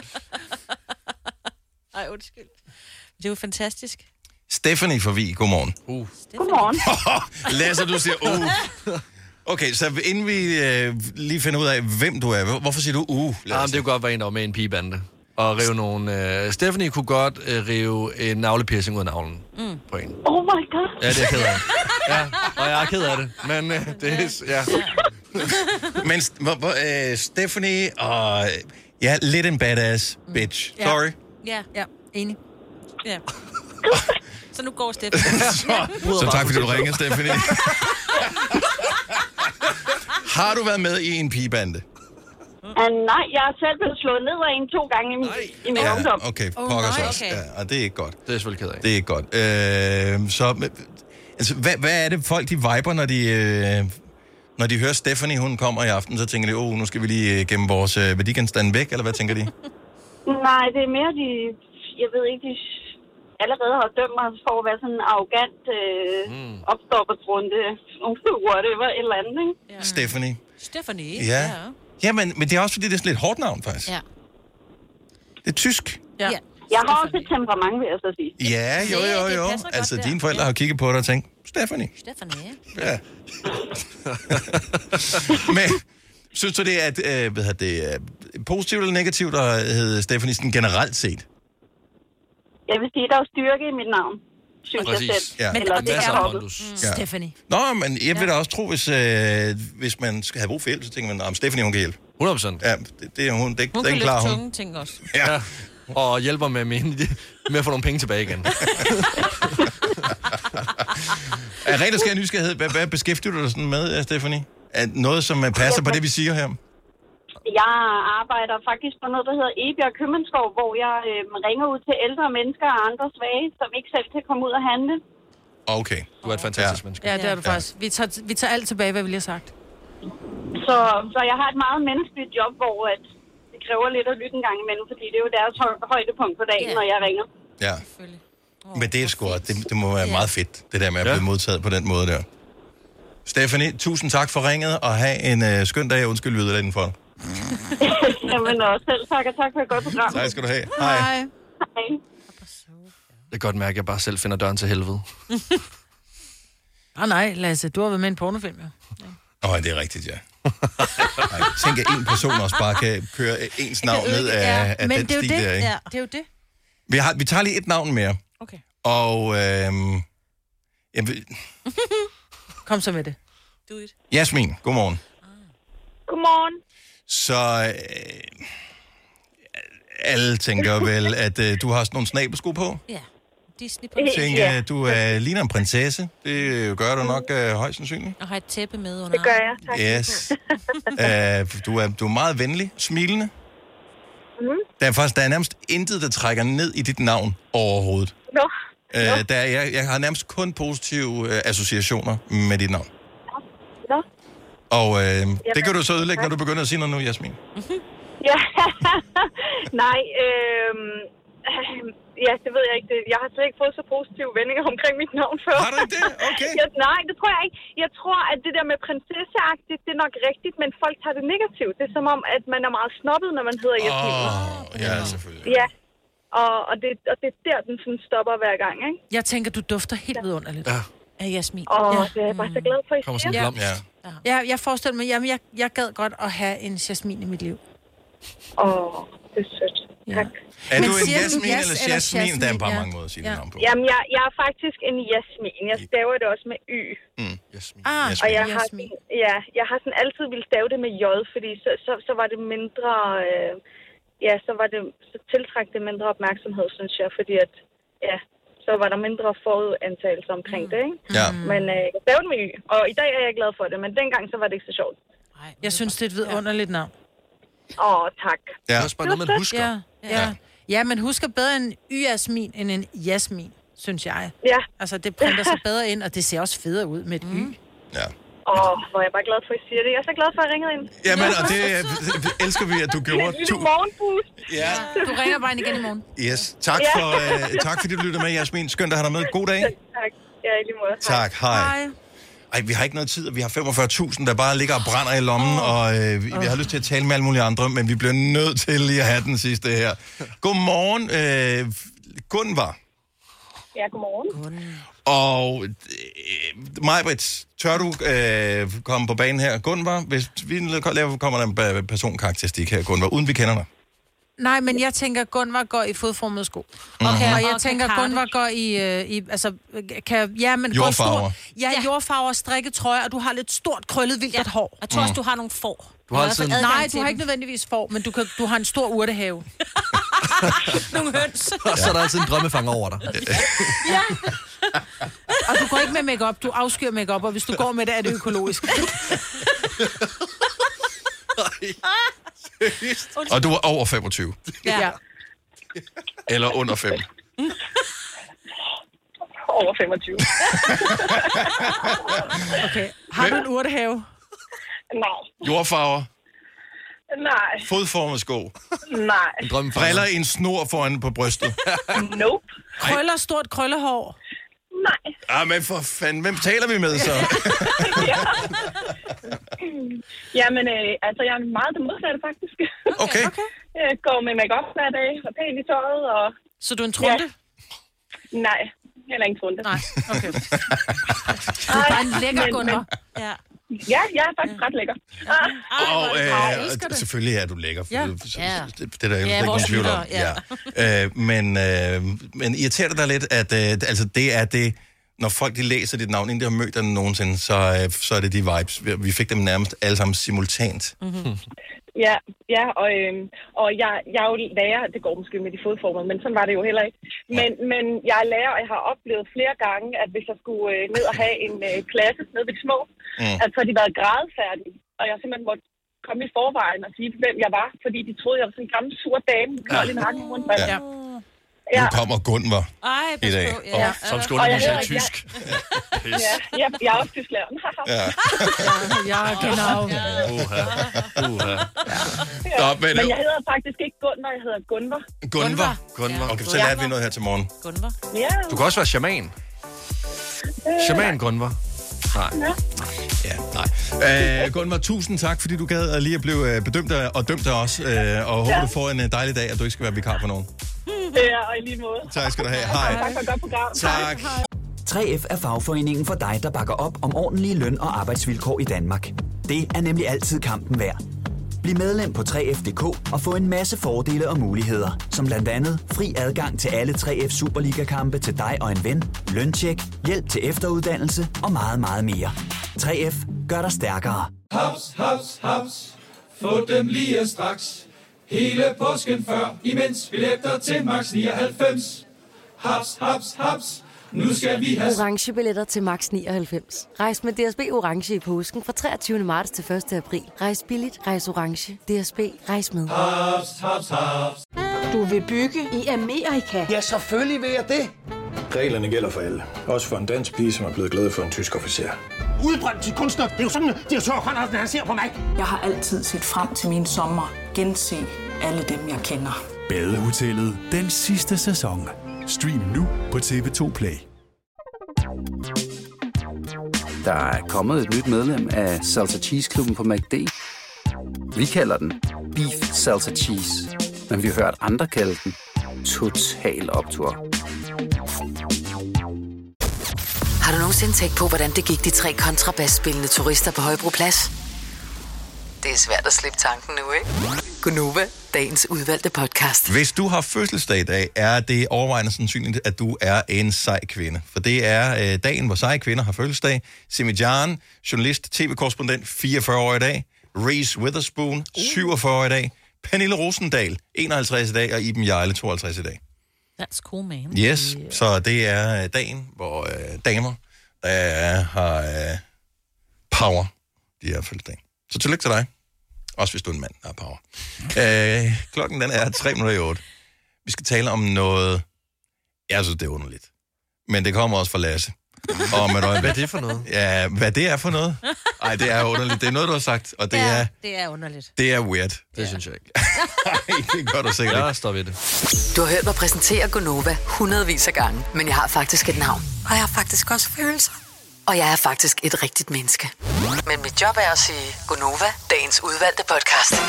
Ej, undskyld. Det er jo fantastisk. Stephanie fra Vig. Godmorgen. Godmorgen. Lasse, du siger Okay, så inden vi lige finder ud af, hvem du er, hvorfor siger du Det kunne godt være en, der var med i en pigebande. Og rive nogle... Stephanie kunne godt rive en navlepiercing ud af navlen på en. Oh my god. Ja, det er jeg ked af. Ja, og jeg er ked af det. Men det er... Ja. Men Stephanie og... Ja, lidt en badass bitch. Sorry. Ja, enig. Ja. Så nu går Stephanie. så tak, fordi du ringede, Stephanie. Har du været med i en pigebande? Nej, jeg har selv blevet slået ned af en 2 gange i min ungdom. Okay, pokkers også. Ja, og det er ikke godt. Det er jeg selvfølgelig ked af. Det er ikke godt. Altså, hvad er det folk, de viber, når de hører Stephanie, hun kommer i aften, så tænker de, nu skal vi lige gemme vores værdigenstande væk, eller hvad tænker de? Nej, det er mere jeg ved ikke, de allerede har dømt mig for at være sådan en arrogant opstoppertrunde, whatever, et eller andet, ikke? Ja. Stephanie. Ja. Ja, men det er også fordi, det er sådan lidt hårdt navn, faktisk. Ja. Det er tysk. Ja. Jeg har også et temperament, vil jeg så sige. Ja, jo. Altså, dine forældre har kigget på dig og tænkt, Stephanie. Ja. Men synes du, det er positivt eller negativt at hedde Stephanie sådan generelt set? Jeg vil sige, der er styrke i mit navn. Synes jeg selv. Ja. Men det er Stephanie. Nå, men jeg vil da også tro, hvis man skal have brug for hjælp, så tænker man, Stephanie, hun kan hjælpe. 100%. Ja, det er hun. Hun kan løfte tunge ting også. Ja. Og hjælper med at få nogle penge tilbage igen. Af ren og skær nysgerrighed, hvad beskæftiger du dig sådan med, Stephanie? Er noget, som passer på det, vi siger her? Jeg arbejder faktisk på noget, der hedder Ebjerg Købmandsgård, hvor jeg ringer ud til ældre mennesker og andre svage, som ikke selv kan komme ud og handle. Okay. Du er et fantastisk menneske. Ja, det er du faktisk. Vi tager alt tilbage, hvad vi lige har sagt. Så jeg har et meget menneskeligt job, hvor det kræver lidt at lytte en gang imellem, fordi det er jo deres højdepunkt på dagen, når jeg ringer. Ja. Men det er sgu, det må være meget fedt, det der med at blive modtaget på den måde der. Stephanie, tusind tak for ringet, og have en skøn dag. Undskyld, vi ved det for. Jamen også selv tak, og tak for et godt program. Tak skal du have. Hej. Hej. Det kan godt mærke, at jeg bare selv finder døren til helvede. Nej, Lasse, du har været med i en pornofilm, jo. Det er rigtigt, ja. Jeg tænker, at en person også bare kan køre ens navn ned af den det er stil jo det. der, ikke? Ja, det er jo det. Vi tager lige et navn mere. Okay. Og... Kom så med det. Do it. Jasmin, godmorgen. Godmorgen. Så alle tænker vel, at du har sådan nogle snabelsko på? Ja. Disney på. Jeg tænker, du ligner en prinsesse. Det gør du nok højst sandsynligt. Og har et tæppe med under. Det gør jeg, tak. Yes. Du er meget venlig, smilende. Der er nærmest intet, der trækker ned i dit navn overhovedet. Nå. Jeg har nærmest kun positive associationer med dit navn. Nå. Og det kan du så ødelægge, når du begynder at sige noget nu, Jasmin. Ja, nej, ja, det ved jeg ikke. Jeg har slet ikke fået så positive vendinger omkring mit navn før. Har du ikke det? Okay. Nej, det tror jeg ikke. Jeg tror, at det der med prinsesseagtigt, det er nok rigtigt, men folk tager det negativt. Det er som om, at man er meget snobbet, når man hedder Jasmin. Ja, selvfølgelig. Ja, og det er der, den sådan stopper hver gang, ikke? Jeg tænker, du dufter helt vidunderligt. Ja. Af Jasmin. Det er jeg bare så glad for, I Kommer sådan en blomst. Ja, jeg forestiller mig, jamen jeg gad godt at have en Jasmin i mit liv. Det er sødt. Tak. Er du en Jasmin eller Jasmin? Der er bare mange måder at sige det navn på. Jamen, jeg er faktisk en Jasmin. Jeg staver det også med Y. Jasmin. Og jeg har sådan altid ville stave det med J, fordi så var det mindre... så tiltræk det mindre opmærksomhed, synes jeg, fordi at... Ja, så var der mindre forudantagelser omkring det, ikke? Ja. Men jeg stavede med Y, og i dag er jeg glad for det, men dengang så var det ikke så sjovt. Jeg synes, det er et vidunderligt navn. Tak. Ja. Det er også bare noget, man husker. Ja, man husker bedre en Y-Jasmin end en Jasmin, synes jeg. Ja. Altså, det printer sig bedre ind, og det ser også federe ud med et Y. Ja. Hvor er jeg bare glad for, at I siger det. Jeg er så glad for, at jeg ringede ind. Jamen, og det elsker vi, at du gjorde. Lille morgenboost. Ja. Du ringer bare ind igen i morgen. Yes. Tak fordi du lyttede med, Jasmin. Skønt at have dig med. God dag. Tak. Ja, i lige måde. Tak. Hej. Ej, vi har ikke noget tid, og vi har 45.000, der bare ligger og brænder i lommen, og vi har lyst til at tale med alle mulige andre, men vi bliver nødt til lige at have den sidste her. Godmorgen, Gunvar. Ja, godmorgen. Og Maj-Brit, tør du komme på banen her? Gunvar, hvis vi kommer der en personkarakteristik her, Gunvar, uden vi kender dig. Nej, men jeg tænker, Gunvar går i fodformede sko. Okay, og jeg tænker, Gunvar går i jordfarver. Jordfarver, strikket trøje, og du har lidt stort, krøllet, vildt hår. Jeg tror også, du har nogle får. Du har altid Nej, du har ikke nødvendigvis får, men du har en stor urtehave. Nogle høns. Og så er der altid en drømmefanger over dig. Ja. Og du går ikke med makeup, du afskyr makeup, og hvis du går med det, er det økologisk. Og du er over 25. Ja. Eller under 5. Over 25. Okay. Har du en urtehave? Nej. Jordfarver. Nej. Fodformet sko. Nej. Briller i en snor foran på brystet. Nope. Krøller, stort krøllehår. Nej. Men for fanden, hvem taler vi med så? Jamen, altså, jeg er meget det modsatte, faktisk. Okay. Jeg går med make-up hver dag, og pænt i tøjet, og... Så du er en trunde? Ja. Nej, heller ikke en trunde. Nej, okay. Du er bare en lækker Gunnar. Ja. Ja, jeg er faktisk ret lækker. Og selvfølgelig er du lækker. Ja. Det er der jo ikke nogen tvivl om. Ja. Men irriterer det dig lidt, at altså det er det, når folk de læser dit navn, inden de har mødt dig nogensinde, så er det de vibes. Vi fik dem nærmest alle sammen simultant. Mm-hmm. Ja, og jeg er jo lærer, det går måske med de fodformer, men sådan var det jo heller ikke. Men jeg er lærer, og jeg har oplevet flere gange, at hvis jeg skulle ned og have en klasse ned ved de små, at så har de været grædefærdige, og jeg simpelthen måtte komme i forvejen og sige, hvem jeg var, fordi de troede, jeg var sådan en gammel sur dame, kold i nakken rundt. Nu kommer Gunvar i dag. Som skulle undervise i tysk. Jeg er også tysklærer. Ja, genau. Men jeg hedder faktisk ikke Gunvar, jeg hedder Gunvar. Gunvar. Okay, så lærte vi noget her til morgen. Gunvar. Ja. Du kan også være shaman. Shaman Gunvar. Nej. Ja, nej. Gunvar, tusind tak, fordi du gad lige at blive bedømt og dømt af os. Og håber, du får en dejlig dag, og du ikke skal være vikar for nogen. Ja, og i lige måde. Tak skal du have. Hej. Tak for et godt program. Tak. 3F er fagforeningen for dig, der bakker op om ordentlige løn- og arbejdsvilkår i Danmark. Det er nemlig altid kampen værd. Bliv medlem på 3F.dk og få en masse fordele og muligheder, som blandt andet fri adgang til alle 3F Superliga-kampe til dig og en ven, løntjek, hjælp til efteruddannelse og meget, meget mere. 3F gør dig stærkere. Haps, haps, haps. Få dem lige straks. Hele påsken før, imens billetter til max 99. Haps, haps, haps. Nu skal vi have orange billetter til max 99. Rejs med DSB Orange i påsken fra 23. marts til 1. april. Rejs billigt, rejs orange. DSB, rejs med. haps, haps, haps. Du vil bygge i Amerika? Ja, selvfølgelig vil jeg det. Reglerne gælder for alle. Også for en dansk pige, som er blevet glad for en tysk officer. Udbrændt til kunstner. Det er jo sådan, at direktør Conradsen, han ser på mig. Jeg har altid set frem til min sommer. Gense alle dem, jeg kender. Badehotellet den sidste sæson. Stream nu på TV2 Play. Der er kommet et nyt medlem af Salsa Cheese Klubben på McD. Vi kalder den Beef Salsa Cheese, men vi har hørt andre kalde den Total Optur. Har du nogensinde tænkt på, hvordan det gik de 3 kontrabasspillende turister på Højbroplads? Det er svært at slippe tanken nu, ikke? Gunova, dagens udvalgte podcast. Hvis du har fødselsdag i dag, er det overvejende sandsynligt, at du er en sej kvinde. For det er dagen, hvor seje kvinder har fødselsdag. Simi Jan, journalist, tv-korrespondent, 44 år i dag. Reese Witherspoon, 47 år i dag. Pernille Rosendahl, 51 i dag. Og Iben Hjejle, 52 i dag. That's cool, man. Yes, så det er dagen, hvor damer, der har power, de har fødselsdag. Så tillykke til dig. Også hvis du er en mand, der har power. Klokken den er 7:03. Vi skal tale om noget, jeg synes, det er underligt. Men det kommer også fra Lasse. Og hvad er det for noget? Ja, hvad det er for noget? Nej, det er underligt. Det er noget, du har sagt, og det er... Det er underligt. Det er weird. Det synes jeg ikke. Det gør du sikkert ikke. Jeg står ved det. Du har hørt mig præsentere Gunova hundredvis af gange, men jeg har faktisk et navn. Og jeg har faktisk også følelser. Og jeg er faktisk et rigtigt menneske. Men mit job er at sige Gunova, dagens udvalgte podcast.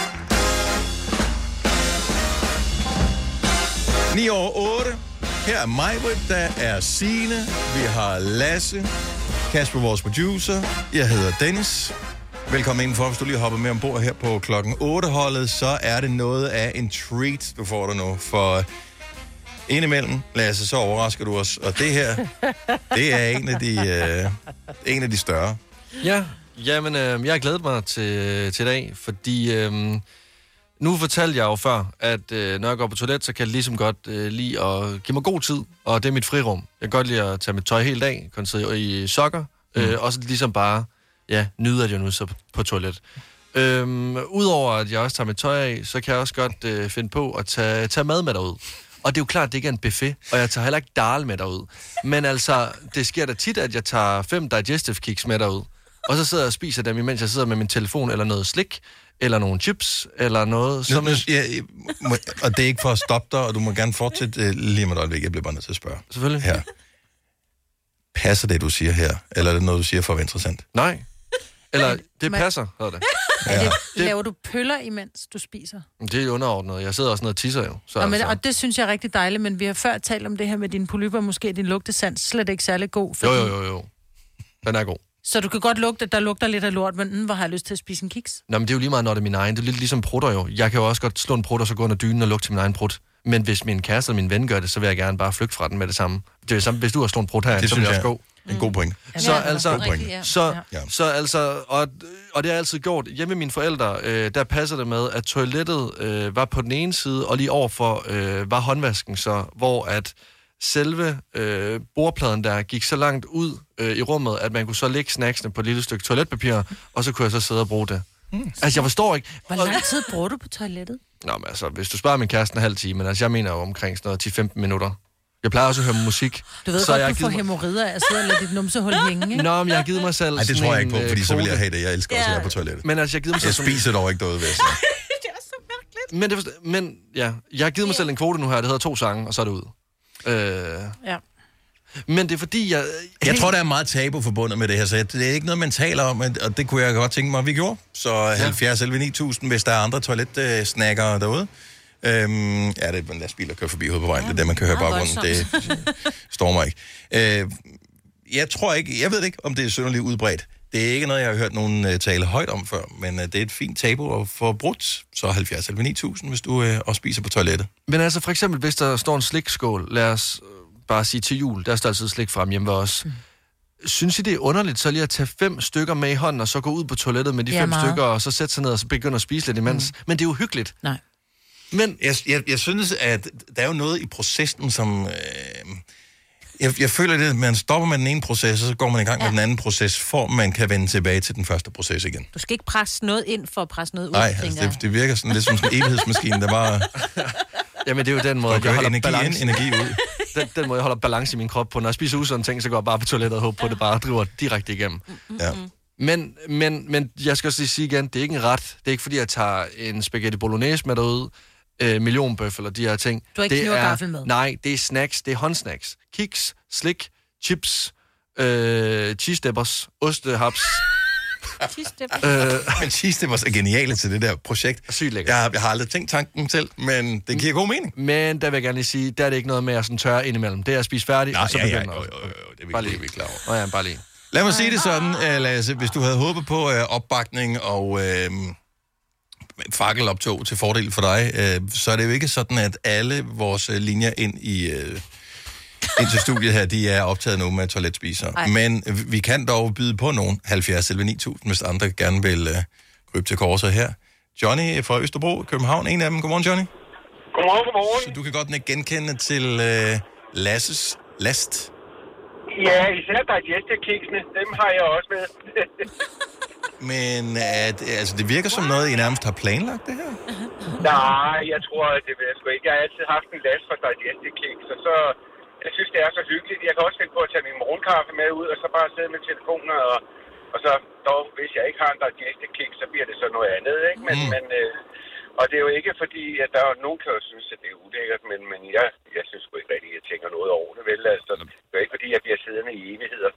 9 over 8. Her er Majbrit, der er Signe. Vi har Lasse. Kasper, vores producer. Jeg hedder Dennis. Velkommen indenfor. Hvis du lige hopper med ombord her på klokken 8-holdet, så er det noget af en treat, du får der nu. For indimellem, Lasse, så overrasker du os. Og det her, det er en af de større. Ja, jamen, jeg har glædet mig til i dag, fordi nu fortalte jeg jo før, at når jeg går på toilet, så kan jeg ligesom godt lide at give mig god tid, og det er mit frirum. Jeg kan godt lide at tage mit tøj hele dag, kun sidde i sokker, og så ligesom bare nyde, at jeg nu så på toilet. Udover at jeg også tager mit tøj af, så kan jeg også godt finde på at tage mad med derud. Og det er jo klart, at det ikke er en buffet, og jeg tager heller ikke dal med derud. Men altså, det sker da tit, at jeg tager 5 digestive kicks med derud. Og så sidder jeg og spiser dem, imens jeg sidder med min telefon, eller noget slik, eller nogle chips, eller noget. Som... Og det er ikke for at stoppe dig, og du må gerne fortsætte lige med et øjeblik. Jeg bliver bare nødt til at spørge. Selvfølgelig. Her. Passer det, du siger her? Eller er det noget, du siger for at være interessant? Nej. Eller, det passer, hedder det. Ja. Laver du pøller, imens du spiser? Det er underordnet. Jeg sidder også ned og tisser jo. Så men, og det synes jeg er rigtig dejligt, men vi har før talt om det her med dine polypper, måske din lugtesans slet ikke særlig god. Fordi... Jo. Den er god. Så du kan godt lugte, at der lugter lidt af lort, men hvor har jeg lyst til at spise en kiks? Nå, men det er jo lige meget, når det er min egen. Det er lidt ligesom prutter jo. Jeg kan jo også godt slå en prut, og så gå under dynen og lugte til min egen prut. Men hvis min kæreste eller min ven gør det, så vil jeg gerne bare flygte fra den med det samme. Det er jo samme, hvis du har slået en prut her, så vil jeg også gå. En god point. Så altså, og det har jeg altid gjort. Hjemme med mine forældre, der passer det med, at toilettet var på den ene side, og lige overfor var håndvasken så, hvor at selve bordpladen der gik så langt ud i rummet, at man kunne så lægge snacksene på et lille stykke toiletpapir, og så kunne jeg så sidde og bruge det. Altså, jeg forstår ikke... Hvor lang tid bruger du på toilettet? Nå, men altså, hvis du sparer min kæreste en halv time, men altså, jeg mener jo omkring sådan noget 10-15 minutter. Jeg plejer også at høre musik. Du ved godt, du får hæmorider af at sidde og lade dit numsehul hænge, ikke? Nå, men jeg har givet mig selv det tror jeg ikke på, fordi så vil jeg have det. Jeg elsker også at være på toilettet. Men altså, jeg spiser dog ikke derude, vil jeg sige. Det er så mærkeligt. Men ja, jeg har givet mig selv en kvote nu her, det hedder 2 sange, og så er det ud. Ja. Men det er fordi, Jeg tror, der er meget tabu forbundet med det her, så det er ikke noget, man taler om, og det kunne jeg godt tænke mig, at vi gjorde. Så 70 11 9000, hvis der er andre toiletsnackere derude. Det er en lastbil, der kører forbi hovedet på vejen. Det er det, man kan høre baggrunden. Det stormer ikke. Jeg tror ikke, jeg ved ikke, om det er synderligt udbredt. Det er ikke noget, jeg har hørt nogen tale højt om før, men det er et fint tabu at få brudt. Så 70 11 9000, hvis du også spiser på toilettet. Men altså for eksempel, hvis der står en slikskål, lad os bare sige til jul, der står altid slik frem hjemme ved os. Synes I, det er underligt så lige at tage 5 stykker med i hånden, og så gå ud på toilettet med de 5 stykker, og så sætte sig ned og så begynde at spise lidt imens? Men det er jo hyggeligt. Nej. Men jeg synes, at der er jo noget i processen, som... Jeg føler det, at man stopper med den ene proces, og så går man i gang med den anden proces, for man kan vende tilbage til den første proces igen. Du skal ikke presse noget ind for at presse noget ud. Nej, altså det virker sådan lidt som sådan en evighedsmaskine, der bare... Jamen, det er jo den måde, jeg holder balance. Energi ud. Den måde, jeg holder balance i min krop på. Når jeg spiser usunde ting, så går jeg bare på toilettet og håber på, at det bare driver direkte igennem. Ja. Men jeg skal også sige igen, det er ikke en ret. Det er ikke fordi, jeg tager en spaghetti bolognese med derud, millionbøf eller de her ting. Du har ikke kniv og gaffel med? Nej, det er snacks, det er håndsnacks. Kiks, slik, chips, cheese dippers, ostehaps. Men cheese dippers er geniale til det der projekt. Sygt lækkert. Jeg har aldrig tænkt tanken selv, men det giver god mening. Men der vil jeg gerne lige sige, der er det ikke noget med at sådan tørre indimellem. Det er at spise færdigt, og så begynder det er vi klar over. Ja, bare lige. Lad mig sige det sådan, Lasse, hvis du havde håbet på opbakning og fakkeloptog til fordel for dig, så er det jo ikke sådan, at alle vores linjer ind til studiet her, de er optaget nu med toiletspisere. Men vi kan dog byde på nogen 70 11 9000, hvis andre gerne vil krybe til korset her. Johnny fra Østerbro, København, en af dem. Godmorgen, Johnny. Godmorgen. Så du kan godt genkende til Lasses last. Ja, især digestive-kiksene, dem har jeg også med. Men det virker som noget, I nærmest har planlagt det her? Nej, jeg tror, det vil jeg sgu ikke. Jeg har altid haft en last for digestive-kiks, og så... Jeg synes, det er så hyggeligt. Jeg kan også finde på at tage min morgenkaffe med ud, og så bare sidde med telefoner, og så dog, hvis jeg ikke har en digestive-kiks, så bliver det så noget andet, ikke? Men og det er jo ikke fordi, at der er nogen, der synes, at det er ulækkert, men jeg synes sgu ikke rigtig, at jeg tænker noget over det, vel? Altså, det er ikke fordi, jeg bliver siddende i evigheder,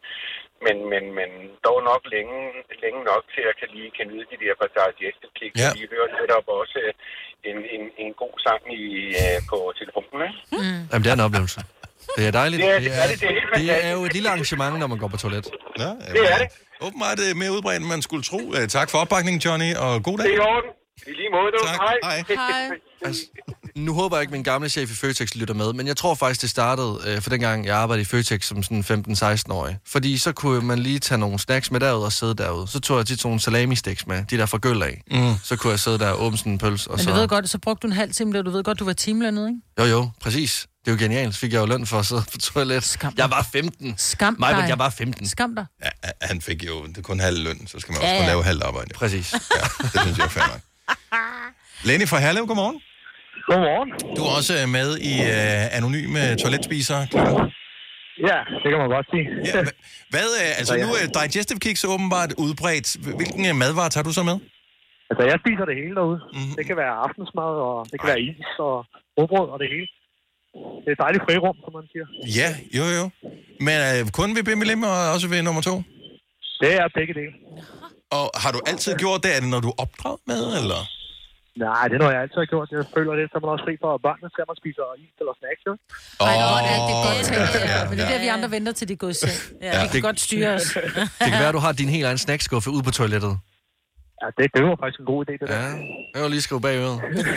men dog nok længe nok til, at jeg kan nyde de der digestive kiks. Ja. Vi hører netop også en god sang på telefonen, ikke? Jamen, det er en oplevelse. Det er dejligt. Det er jo et lille arrangement, når man går på toilet. Ja, det er det. Åbenbart er det mere udbredt, end man skulle tro. Tak for opbakningen, Johnny, og god dag. Det er i orden. I lige måde, du. Hej. Altså, nu håber jeg ikke, min gamle chef i Føtex lytter med, men jeg tror faktisk, det startede for dengang, jeg arbejdede i Føtex som sådan 15-16-årig. Fordi så kunne man lige tage nogle snacks med derud og sidde derude. Så tog jeg tit nogle salami-sticks med, de der fra Gøl af. Så kunne jeg sidde der og åbne sådan en pølse. Men du ved godt, så brugte du en halv time, du ved godt, du var timelønnet, ikke? Jo, præcis. Det er jo genialt. Så fik jeg jo løn for at sidde på toilet. Jeg var 15. Skam dig. Jeg var 15. Skam dig. Ja, han fik jo kun halv løn, så skal man også kunne lave halvt arbejde. Præcis. Ja, det synes jeg er fair nok. Lenny fra Herlev, godmorgen. Godmorgen. Du er også med i anonyme toiletspisere. Ja, det kan man godt sige. Ja, nu er digestive kiks åbenbart udbredt. Hvilken madvarer tager du så med? Altså, jeg spiser det hele derude. Det kan være aftensmad, og det kan være is og rugbrød og det hele. Det er et dejligt frirum, som man siger. Ja, jo. Men kun ved Bimmelim og også ved nummer 2? Det er begge dele. Og har du altid gjort det? Er det, når du er opdraget med, eller? Nej, det er noget, jeg altid har gjort. Jeg føler det, så man også fri for børnene, så man spiser is eller snacks, jo. Det er godt tænkt. Men det er der, vi andre venter til, de går i seng. Ja, det kan godt styre os. Det kan være, at du har din helt egen snackskuffe ude på toilettet. Ja, det var faktisk en god idé, det der. Ja, jeg vil lige skrive bagud.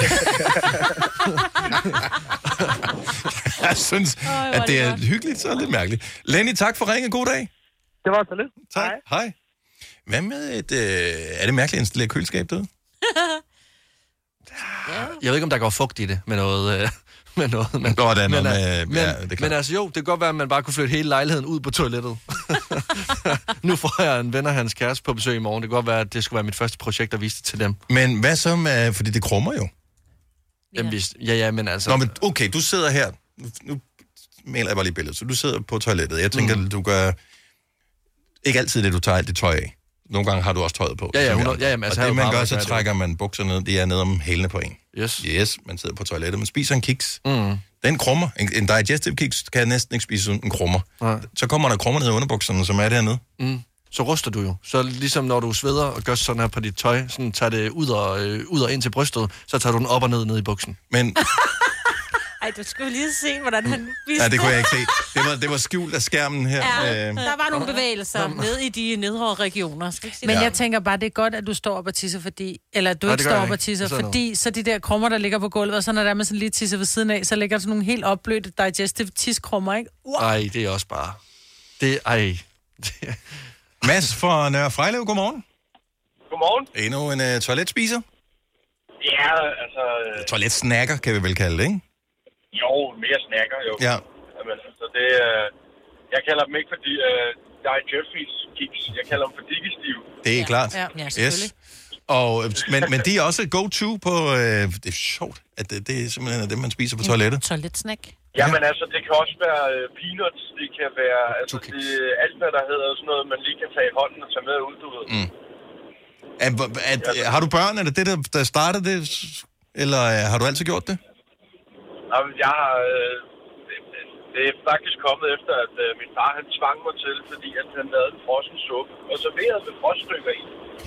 Jeg synes, at det er hyggeligt, så lidt mærkeligt. Lenny, tak for ringen. God dag. Det var så lidt. Tak. Hej. Hvad med er det mærkeligt at installere køleskab derude? Jeg ved ikke, om der går fugt i det med noget... Men altså jo, det kan godt være, at man bare kunne flytte hele lejligheden ud på toilettet. Nu får jeg en ven og hans kæreste på besøg i morgen. Det kan godt være, at det skulle være mit første projekt at vise det til dem. Men hvad så med... Fordi det krummer jo. Jamen, men altså... Nå, men okay, du sidder her. Nu maler jeg bare lige billedet. Så du sidder på toilettet. Jeg tænker, du gør... Ikke altid det, du tager alt det tøj af. Nogle gange har du også tøjet på. Jamen, altså, og det, man gør, så trækker man bukser ned. Det er ned om hælene på en. Yes, man sidder på toilettet. Man spiser en kiks. Den krummer. En digestive kiks kan næsten ikke spise en krummer. Ja. Så kommer der krummer ned i underbukserne, som er dernede. Så ryster du jo. Så ligesom når du sveder og gør sådan her på dit tøj, sådan tager det ud og ind til brystet, så tager du den op og ned i buksen. Men... Ej, du skulle lige se, hvordan han viste. Nej, det kunne jeg ikke se. Det var skjult af skærmen her. Ja, der var nogle bevægelser ned i de nedre regioner. Men jeg tænker bare, det er godt, at du står op og tisser, fordi... Eller du ikke står op og tisser, fordi så de der krummer, der ligger på gulvet, og så når der med sådan lige tisser ved siden af, så ligger der sådan nogle helt opblødte digestive tiskrummer, ikke? Ej, det er også bare... Mads fra Nørre Frejlev, godmorgen. Godmorgen. Endnu en toiletspiser? Ja, altså... Toiletsnacker, kan vi vel kalde det, ikke? Jo, mere snacker, jo. Ja. Jamen, så det, jeg kalder dem ikke for Guy Jeffries kiks. Jeg kalder dem for diggestiv. Det er klart. Ja, selvfølgelig. Yes. Og, men de er også go-to på... det er sjovt, at det er simpelthen dem, man spiser på toilettet. Toiletsnack. Jamen altså, det kan også være peanuts. Det kan være... Altså, det, alt hvad der hedder sådan noget, man lige kan tage i hånden og tage med ud, du ved. Har du børn? Er det det, der startede det? Eller har du altid gjort det? Jeg har... det er faktisk kommet efter, at min far han tvang mig til, fordi at han lavede en frossen suppe, og serverede med froststykker i.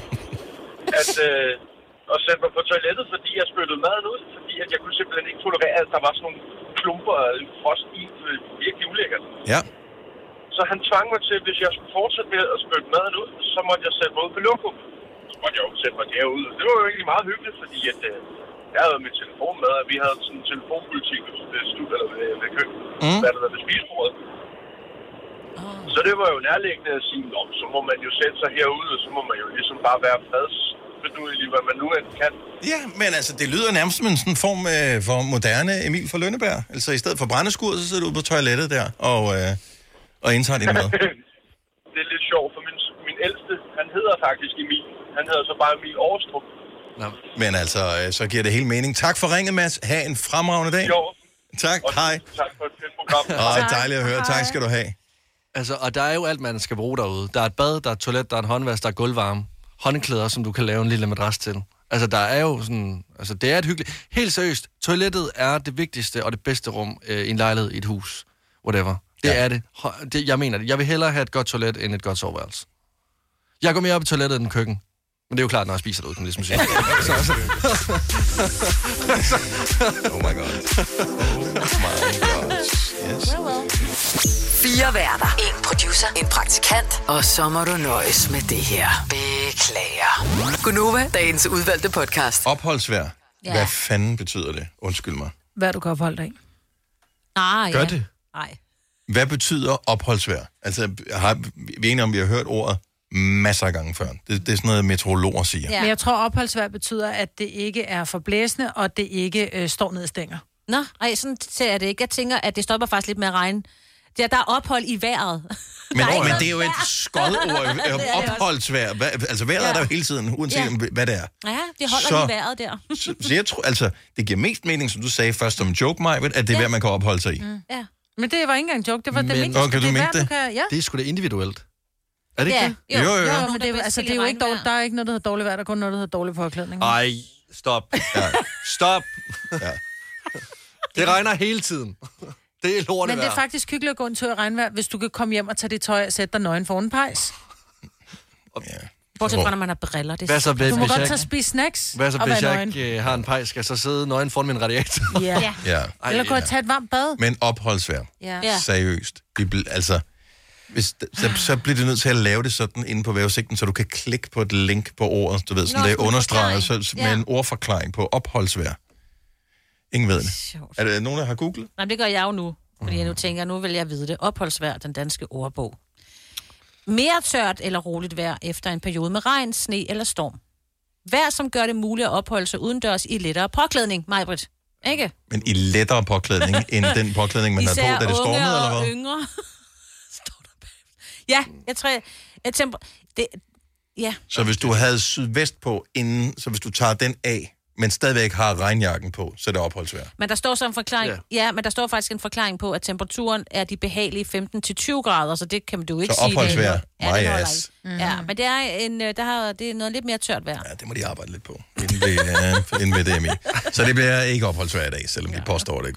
Og sætte mig på toilettet, fordi jeg spyttede maden ud, fordi at jeg kunne simpelthen ikke tolerere, at der var sådan nogle klumper af frost i, virkelig ulækkert. Ja. Så han tvang mig til, hvis jeg skulle fortsætte med at spytte maden ud, så måtte jeg sætte mig ud på lokum. Så måtte jeg jo sætte mig derude. Det var jo egentlig meget hyggeligt, fordi at... jeg havde min telefon med, og vi havde sådan en telefonpolitik ved køkkenet, hvad der ved spisebordet. Så det var jo nærliggende at sige, så må man jo sætte sig herude, og så må man jo ligesom bare være fredsbeduelig, hvad man nu end kan. Ja, men altså, det lyder nærmest som en sådan form for moderne Emil fra Lønneberg. Altså, i stedet for brændeskuret, så sidder du ude på toilettet der, og indtager din mad. Det er lidt sjovt, for min ældste, han hedder faktisk Emil. Han hedder så bare Emil Aarstrup. Nå. Men altså, så giver det hele mening. Tak for ringet, Mads. Ha' en fremragende dag. Jo. Tak, hej. Tak for et fedt program. Dejligt at høre. Tak skal du have. Altså, og der er jo alt, man skal bruge derude. Der er et bad, der er et toilet, der er en håndvask, der er gulvvarme. Håndklæder, som du kan lave en lille madras til. Altså, der er jo sådan... Altså, det er et hyggeligt... Helt seriøst, toilettet er det vigtigste og det bedste rum i en lejlighed i et hus. Whatever. Det er det. Jeg mener det. Jeg vil hellere have et godt toilet, end et godt soveværelse. Jeg går mere op i toilettet end køkken. Men det er jo klart, når jeg spiser det ud, kan man ligesom sige. Oh my god. Yes. 4 værter. 1 producer. 1 praktikant. Og så må du nøjes med det her. Beklager. Gunova, dagens udvalgte podcast. Opholdsvejr. Ja. Hvad fanden betyder det? Undskyld mig. Hvad du kan opholde dig i? Gør det? Nej. Hvad betyder opholdsvejr? Altså, vi er enige om, vi har hørt ordet masser af gange før. Det er sådan noget, meteorologer siger. Ja. Men jeg tror, opholdsvejr betyder, at det ikke er for blæsende, og det ikke står ned i stænger. Nå, sådan ser jeg det ikke. Jeg tænker, at det stopper faktisk lidt med at regne. Der er ophold i vejret. Men det er jo et skodord. Opholdsvejr. Altså, vejret er der jo hele tiden, uanset hvad det er. Ja, det holder lige vejret der. Så jeg tror, altså, det giver mest mening, som du sagde først som en joke, Maja, at det er vejr, man kan opholde sig i. Ja. Men det var ikke engang en joke, det var det mindste. Okay, du mente det? Det er sgu da individuelt. Er det ikke det? Jo. Men det er jo ikke dårligt. Der er ikke noget, der hedder dårligt vejr, der er kun noget, der hedder dårlig påklædning. Ej, stop. Ja. Stop. Ja. Det regner hele tiden. Det er lortet. Men det er faktisk hyggeligt at gå en tur i regnvejr, hvis du kan komme hjem og tage dit tøj og sætte dig nøgen foran pejs. Bortset fra, når man har briller. Det så, du må godt tage spise snacks. Hvad så, hvis jeg ikke har en pejs, skal jeg så sidde nøgen foran min radiator? Ja. Eller gå og tage et varmt bad. Men opholdsvejr. Ja. Seriøst. Altså, så bliver det nødt til at lave det sådan inde på vævesigten, så du kan klikke på et link på ordet, du ved, sådan det er understreget med en ordforklaring på opholdsvejr. Ingen ved det. Er det nogen, der har googlet? Nej, det gør jeg jo nu, fordi jeg nu tænker, nu vil jeg vide det. Opholdsvejr, den danske ordbog. Mere tørt eller roligt vejr efter en periode med regn, sne eller storm. Vejr, som gør det muligt at opholde sig udendørs i lettere påklædning, Maj-Brit. Ikke? Men i lettere påklædning, end den påklædning, man havde på, da det stormede, eller hvad? Især yngre. Står der bag. Ja, jeg tror, ja. Så hvis du havde sydvest på inden, så hvis du tager den af, men stadigvæk har regnjakken på, så er det opholdsvejr. Men der står så en forklaring. Ja, men der står faktisk en forklaring på, at temperaturen er de behagelige 15-20 grader, så det kan du ikke sige. Så opholdsvejr, Ja, men det er, det er noget lidt mere tørt vejr. Ja, det må de arbejde lidt på, inden ved DMI. Så det bliver ikke opholdsvejr i dag, selvom de påstår, det gør.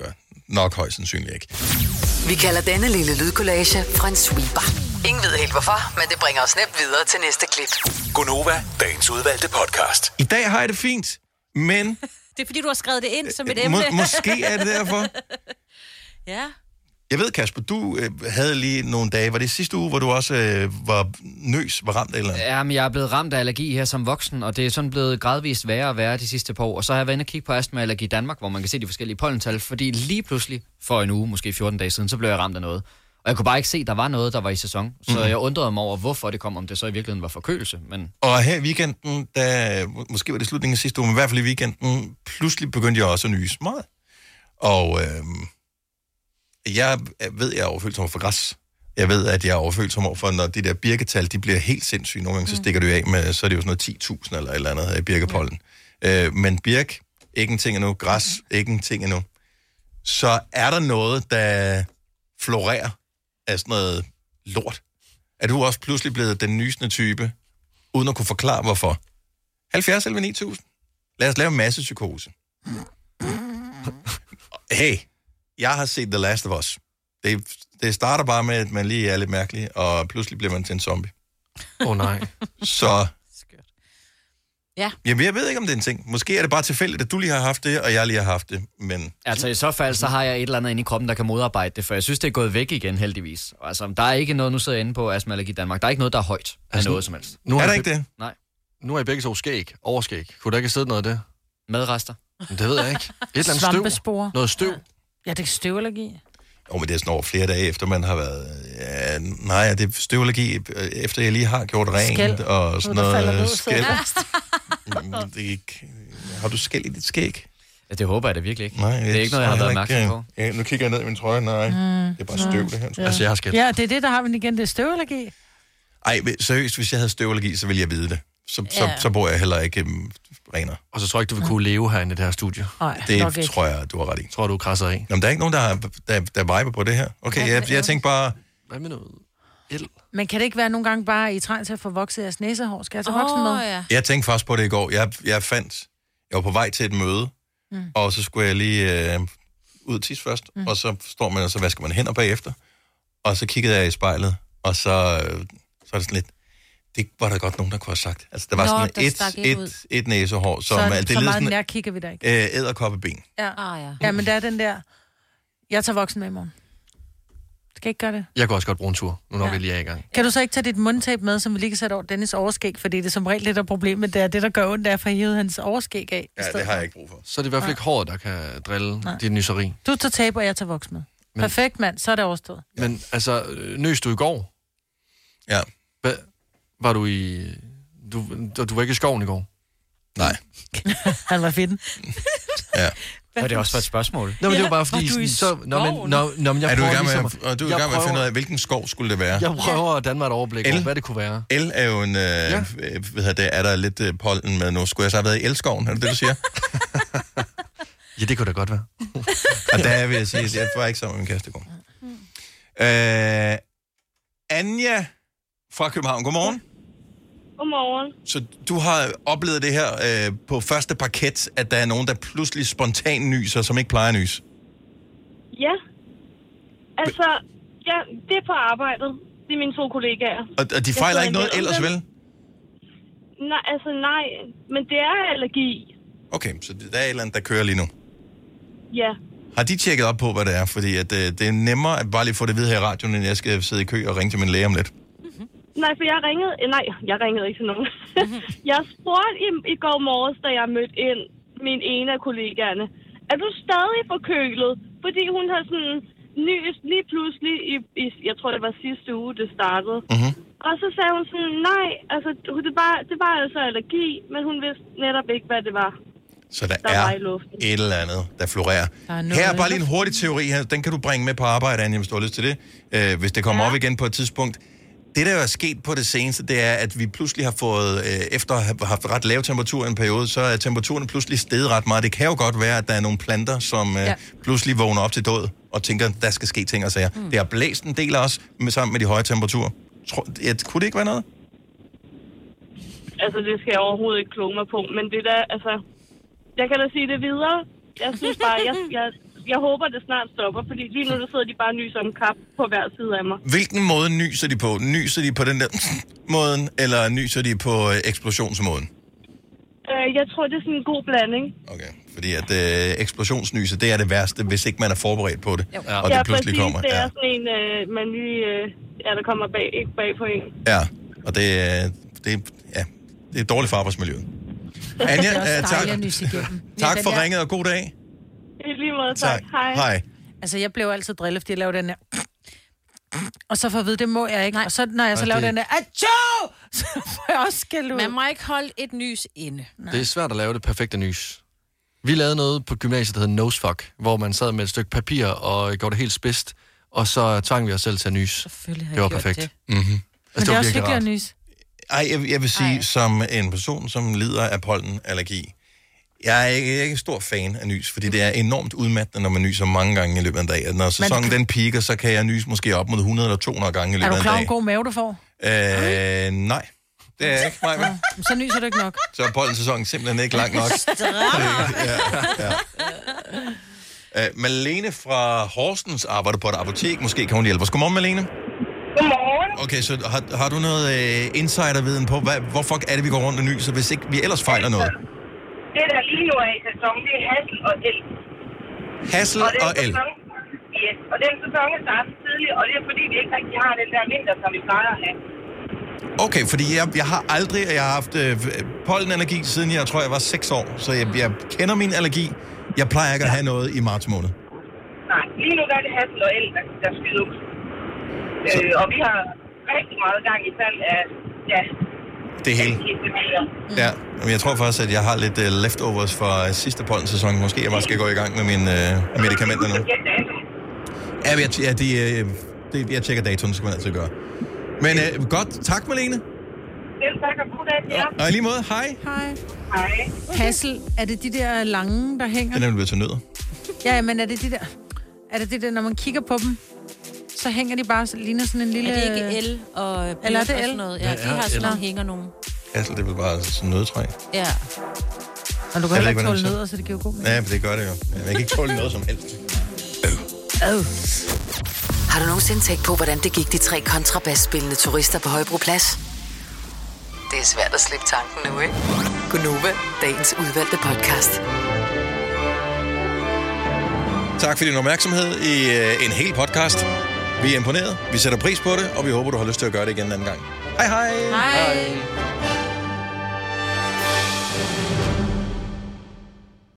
nok højst sandsynligt ikke. Vi kalder denne lille lydkollage en sweeper. Ingen ved helt hvorfor, men det bringer os nemt videre til næste klip. Gonova, dagens udvalgte podcast. I dag har jeg det fint, men... Det er fordi, du har skrevet det ind som et emne. Måske er det derfor. Ja. Jeg ved, Kasper, du havde lige nogle dage, var det sidste uge, hvor du også var ramt eller? Ja, men jeg er blevet ramt af allergi her som voksen, og det er sådan blevet gradvist værre og værre de sidste par år. Og så har jeg været inde og kigge på Astma Allergi Danmark, hvor man kan se de forskellige pollental, fordi lige pludselig for en uge, måske 14 dage siden, så blev jeg ramt af noget. Og jeg kunne bare ikke se, at der var noget, der var i sæson. Så jeg undrede mig over, hvorfor det kom, om det så i virkeligheden var forkølelse. Men... Og her i weekenden, måske var det slutningen af sidste uge, men i hvert fald i weekenden, pludselig begyndte jeg også at nyse meget. Og jeg ved, jeg er overfølsom for græs. Jeg ved, at jeg er overfølsom for, når de der birketal, de bliver helt sindssyge. Nogle gange så stikker det af med, så er det jo sådan noget 10.000 eller et eller andet birkepollen. Men birk, ikke en ting endnu. Græs, ikke en ting endnu. Så er der noget, der florerer af sådan noget lort. Er du også pludselig blevet den nysende type, uden at kunne forklare, hvorfor? 70 eller 9000. Lad os lave en masse psykose. Hey, jeg har set The Last of Us. Det starter bare med, at man lige er lidt mærkelig, og pludselig bliver man til en zombie. Nej. Så... Ja. Jamen, jeg ved ikke, om det er en ting. Måske er det bare tilfældigt, at du lige har haft det, og jeg lige har haft det, men... Altså, i så fald, så har jeg et eller andet inde i kroppen, der kan modarbejde det, for jeg synes, det er gået væk igen, heldigvis. Altså, der er ikke noget, nu sidder jeg inde på Astma Allergi Danmark, der er ikke noget, der er højt af noget som helst. Er der ikke det? Nej. Nu er I begge så overskæg. Kunne der ikke have siddet noget af det? Madrester? Det ved jeg ikke. Et eller andet Svampespor. Noget støv. Ja, det er støvallergi. Men det er sådan over flere dage efter, man har været... Ja, nej, det er støvallergi, efter jeg lige har gjort rent, skæld. Og sådan noget skæld. Har du skæld i dit skæg? Ja, det håber jeg da virkelig ikke. Nej, det er ikke noget, jeg har været opmærksom på. Ja, nu kigger jeg ned i min trøje. Nej, det er bare støv, det her. Ja. Altså, jeg har skæld. Ja, det er det, der har vi igen. Det er støvallergi. Ej, seriøst, hvis jeg havde støvallergi, så ville jeg vide det. Så bor jeg heller ikke renere. Og så tror jeg ikke, du vil kunne leve herinde i det her studie. Det tror jeg, du har ret i. Tror du krasser af? Jamen, der er ikke nogen, der viber på det her. Okay, jeg tænker bare... Hvad med noget el? Men kan det ikke være nogle gange bare, I trænger til at få vokset jeres næsehår? Skal jeg tage voksen med? Ja. Jeg tænkte faktisk på det i går. Jeg var på vej til et møde, og så skulle jeg lige ud og tisse først, og så står man, og så vasker man hænder bagefter, og så kiggede jeg i spejlet, og så er det sådan lidt... Det var der godt nogen, der kunne have sagt. Altså, der var sådan et næsehår, som... Så meget nær kigger vi da ikke. Edderkoppeben. Ja. Ja, men der er den der... Jeg tager voksen med i morgen. Skal ikke gøre det? Jeg kan også godt bruge en tur, nu når vi lige er i gang. Kan du så ikke tage dit mundtape med, som vi lige kan sætte over Dennis overskæg? Fordi det er som regel lidt af problemet, det er det, der gør ondt, der for at hive hans overskæg af. Ja, det har jeg ikke brug for. Så er det i hvert fald ikke håret, der kan drille dit nyseri. Du tager tape, og jeg tager voksen med. Perfekt, mand. Så er det overstået. Men altså, nøs du i går? Ja. Var du i... Du var ikke i skoven i går? Nej. Han var fedt. Ja. Var det også for et spørgsmål? Nå, men det var bare fordi... Var du i skoven? Er du i gang med at finde ud af, hvilken skov skulle det være? Jeg prøver at danne mig et overblik over, hvad det kunne være. El er jo en... er der lidt pollen med nu? Skulle jeg så have været i elskoven? Er det det, du siger? Ja, det kunne da godt være. Og der vil jeg sige, at jeg var ikke sammen med min kæreste i går. Anja fra København. Godmorgen. Godmorgen. Så du har oplevet det her på første parket, at der er nogen, der pludselig spontan nyser, som ikke plejer at nyse? Ja. Altså, ja, det er på arbejdet. Det er mine 2 kollegaer. Og de fejler ikke noget ellers, vel? Nej, men det er allergi. Okay, så der er et eller andet, der kører lige nu? Ja. Har de tjekket op på, hvad det er? Fordi at, det er nemmere at bare lige få det videre her i radioen, end jeg skal sidde i kø og ringe til min læge om lidt. Nej, for jeg ringede ikke til nogen. Jeg spurgte i går morges, da jeg mødte ind min ene af kollegaerne, er du stadig forkølet? Fordi hun har sådan nyst lige pludselig jeg tror det var sidste uge, det startede. Og så sagde hun sådan, nej, altså det var altså allergi, men hun vidste netop ikke, hvad det var. Så der er et eller andet, der florerer. Her er bare lige en hurtig teori her. Den kan du bringe med på arbejde, Anja, hvis du har lyst til det. Hvis det kommer op igen på et tidspunkt. Det, der er sket på det seneste, det er, at vi pludselig har fået, efter at have haft ret lav temperatur i en periode, så er temperaturen pludselig steget ret meget. Det kan jo godt være, at der er nogle planter, som pludselig vågner op til død og tænker, der skal ske ting og sager. Det har blæst en del af os sammen med de høje temperaturer. Kunne det ikke være noget? Altså, det skal jeg overhovedet ikke kloge mig på, men det der, altså... Jeg kan da sige det videre. Jeg synes bare, jeg håber, det snart stopper, fordi lige nu der sidder de bare nyser om kap på hver side af mig. Hvilken måde nyser de på? Nyser de på den der måden, eller nyser de på eksplosionsmåden? Jeg tror, det er sådan en god blanding. Okay, fordi at eksplosionsnyse, det er det værste, hvis ikke man er forberedt på det, og det pludselig præcis, kommer. Det er sådan en, man lige, der kommer ikke bag på en. Ja, og det er dårligt for arbejdsmiljøet. Anja, tak for ringet, og god dag. I lige måde, tak. Hej. Altså, jeg blev altid drillet, fordi jeg lavede den her... Og så får at vide, det må jeg ikke. Nej. Og så, når jeg så laver den der... Atjo! Så får jeg også skæld ud. Man må ikke holde et nys inde. Nej. Det er svært at lave det perfekte nys. Vi lavede noget på gymnasiet, der hedder nosefuck, hvor man sad med et stykke papir og gjorde det helt spidst, og så tvang vi os selv til at nys. Selvfølgelig har det var jeg perfekt. Det. Mm-hmm. Men det er også hyggeligt at nys. Ej, jeg vil sige, som en person, som lider af pollenallergi, jeg er ikke stor fan af nys, fordi det er enormt udmattende, når man nyser mange gange i løbet af en dag. Når sæsonen den piker, så kan jeg nyse måske op mod 100 eller 200 gange i løbet af en dag. Er du klar over, god mave du får? Nej. Det er jeg ikke. Nej, så nyser du ikke nok. Så er pollensæsonen simpelthen ikke lang nok. Malene fra Horsens arbejder på et apotek. Måske kan hun hjælpe os. Godmorgen, Malene. Godmorgen. Okay, så har du noget insiderviden på, hvorfor er det, vi går rundt og nyser, hvis ikke vi ellers fejler noget? Det, der lige nu er i sæson, det er hassel og el. Hassel og el? Yes, og den sæson er startet tidligt, og det er fordi, vi ikke rigtig har den der vinter, som vi plejer at have. Okay, fordi jeg har haft pollenallergi, siden jeg tror, jeg var 6 år, så jeg kender min allergi. Jeg plejer ikke at have noget i marts måned. Nej, lige nu er det hassel og el, der skyder ud. Og vi har rigtig meget gang i salg af, det hele. Ja, men jeg tror faktisk, at jeg har lidt leftovers fra sidste pollensæson. Måske jeg bare skal gå i gang med mine medikamenter nu. Jeg tjekker datoen, skal man altid gøre. Men godt, tak Malene. Selv tak, og god dag til jer. Og i lige måde, hej. Hej. Hassel, er det de der lange, der hænger? Det er nemlig til nødder. Ja, men er det det der, når man kigger på dem, så hænger de bare, ligner sådan en lille... Er det ikke el og eller er det el? Noget? Ja, de har sådan nogle hænger nogle. Hassel, det er vel bare sådan nødtræ. Ja. Og du kan heller ikke tåle nødder, så det giver god. Ja, men det gør det jo. Jeg kan ikke tåle noget som helst. Har du nogensinde tænkt på, hvordan det gik de 3 kontrabasspillende turister på Højbroplads? Det er svært at slippe tanken nu, ikke? Gunova, dagens udvalgte podcast. Tak for din opmærksomhed i en hel podcast. Vi er imponeret, vi sætter pris på det, og vi håber, du har lyst til at gøre det igen en anden gang. Hej hej! Hej!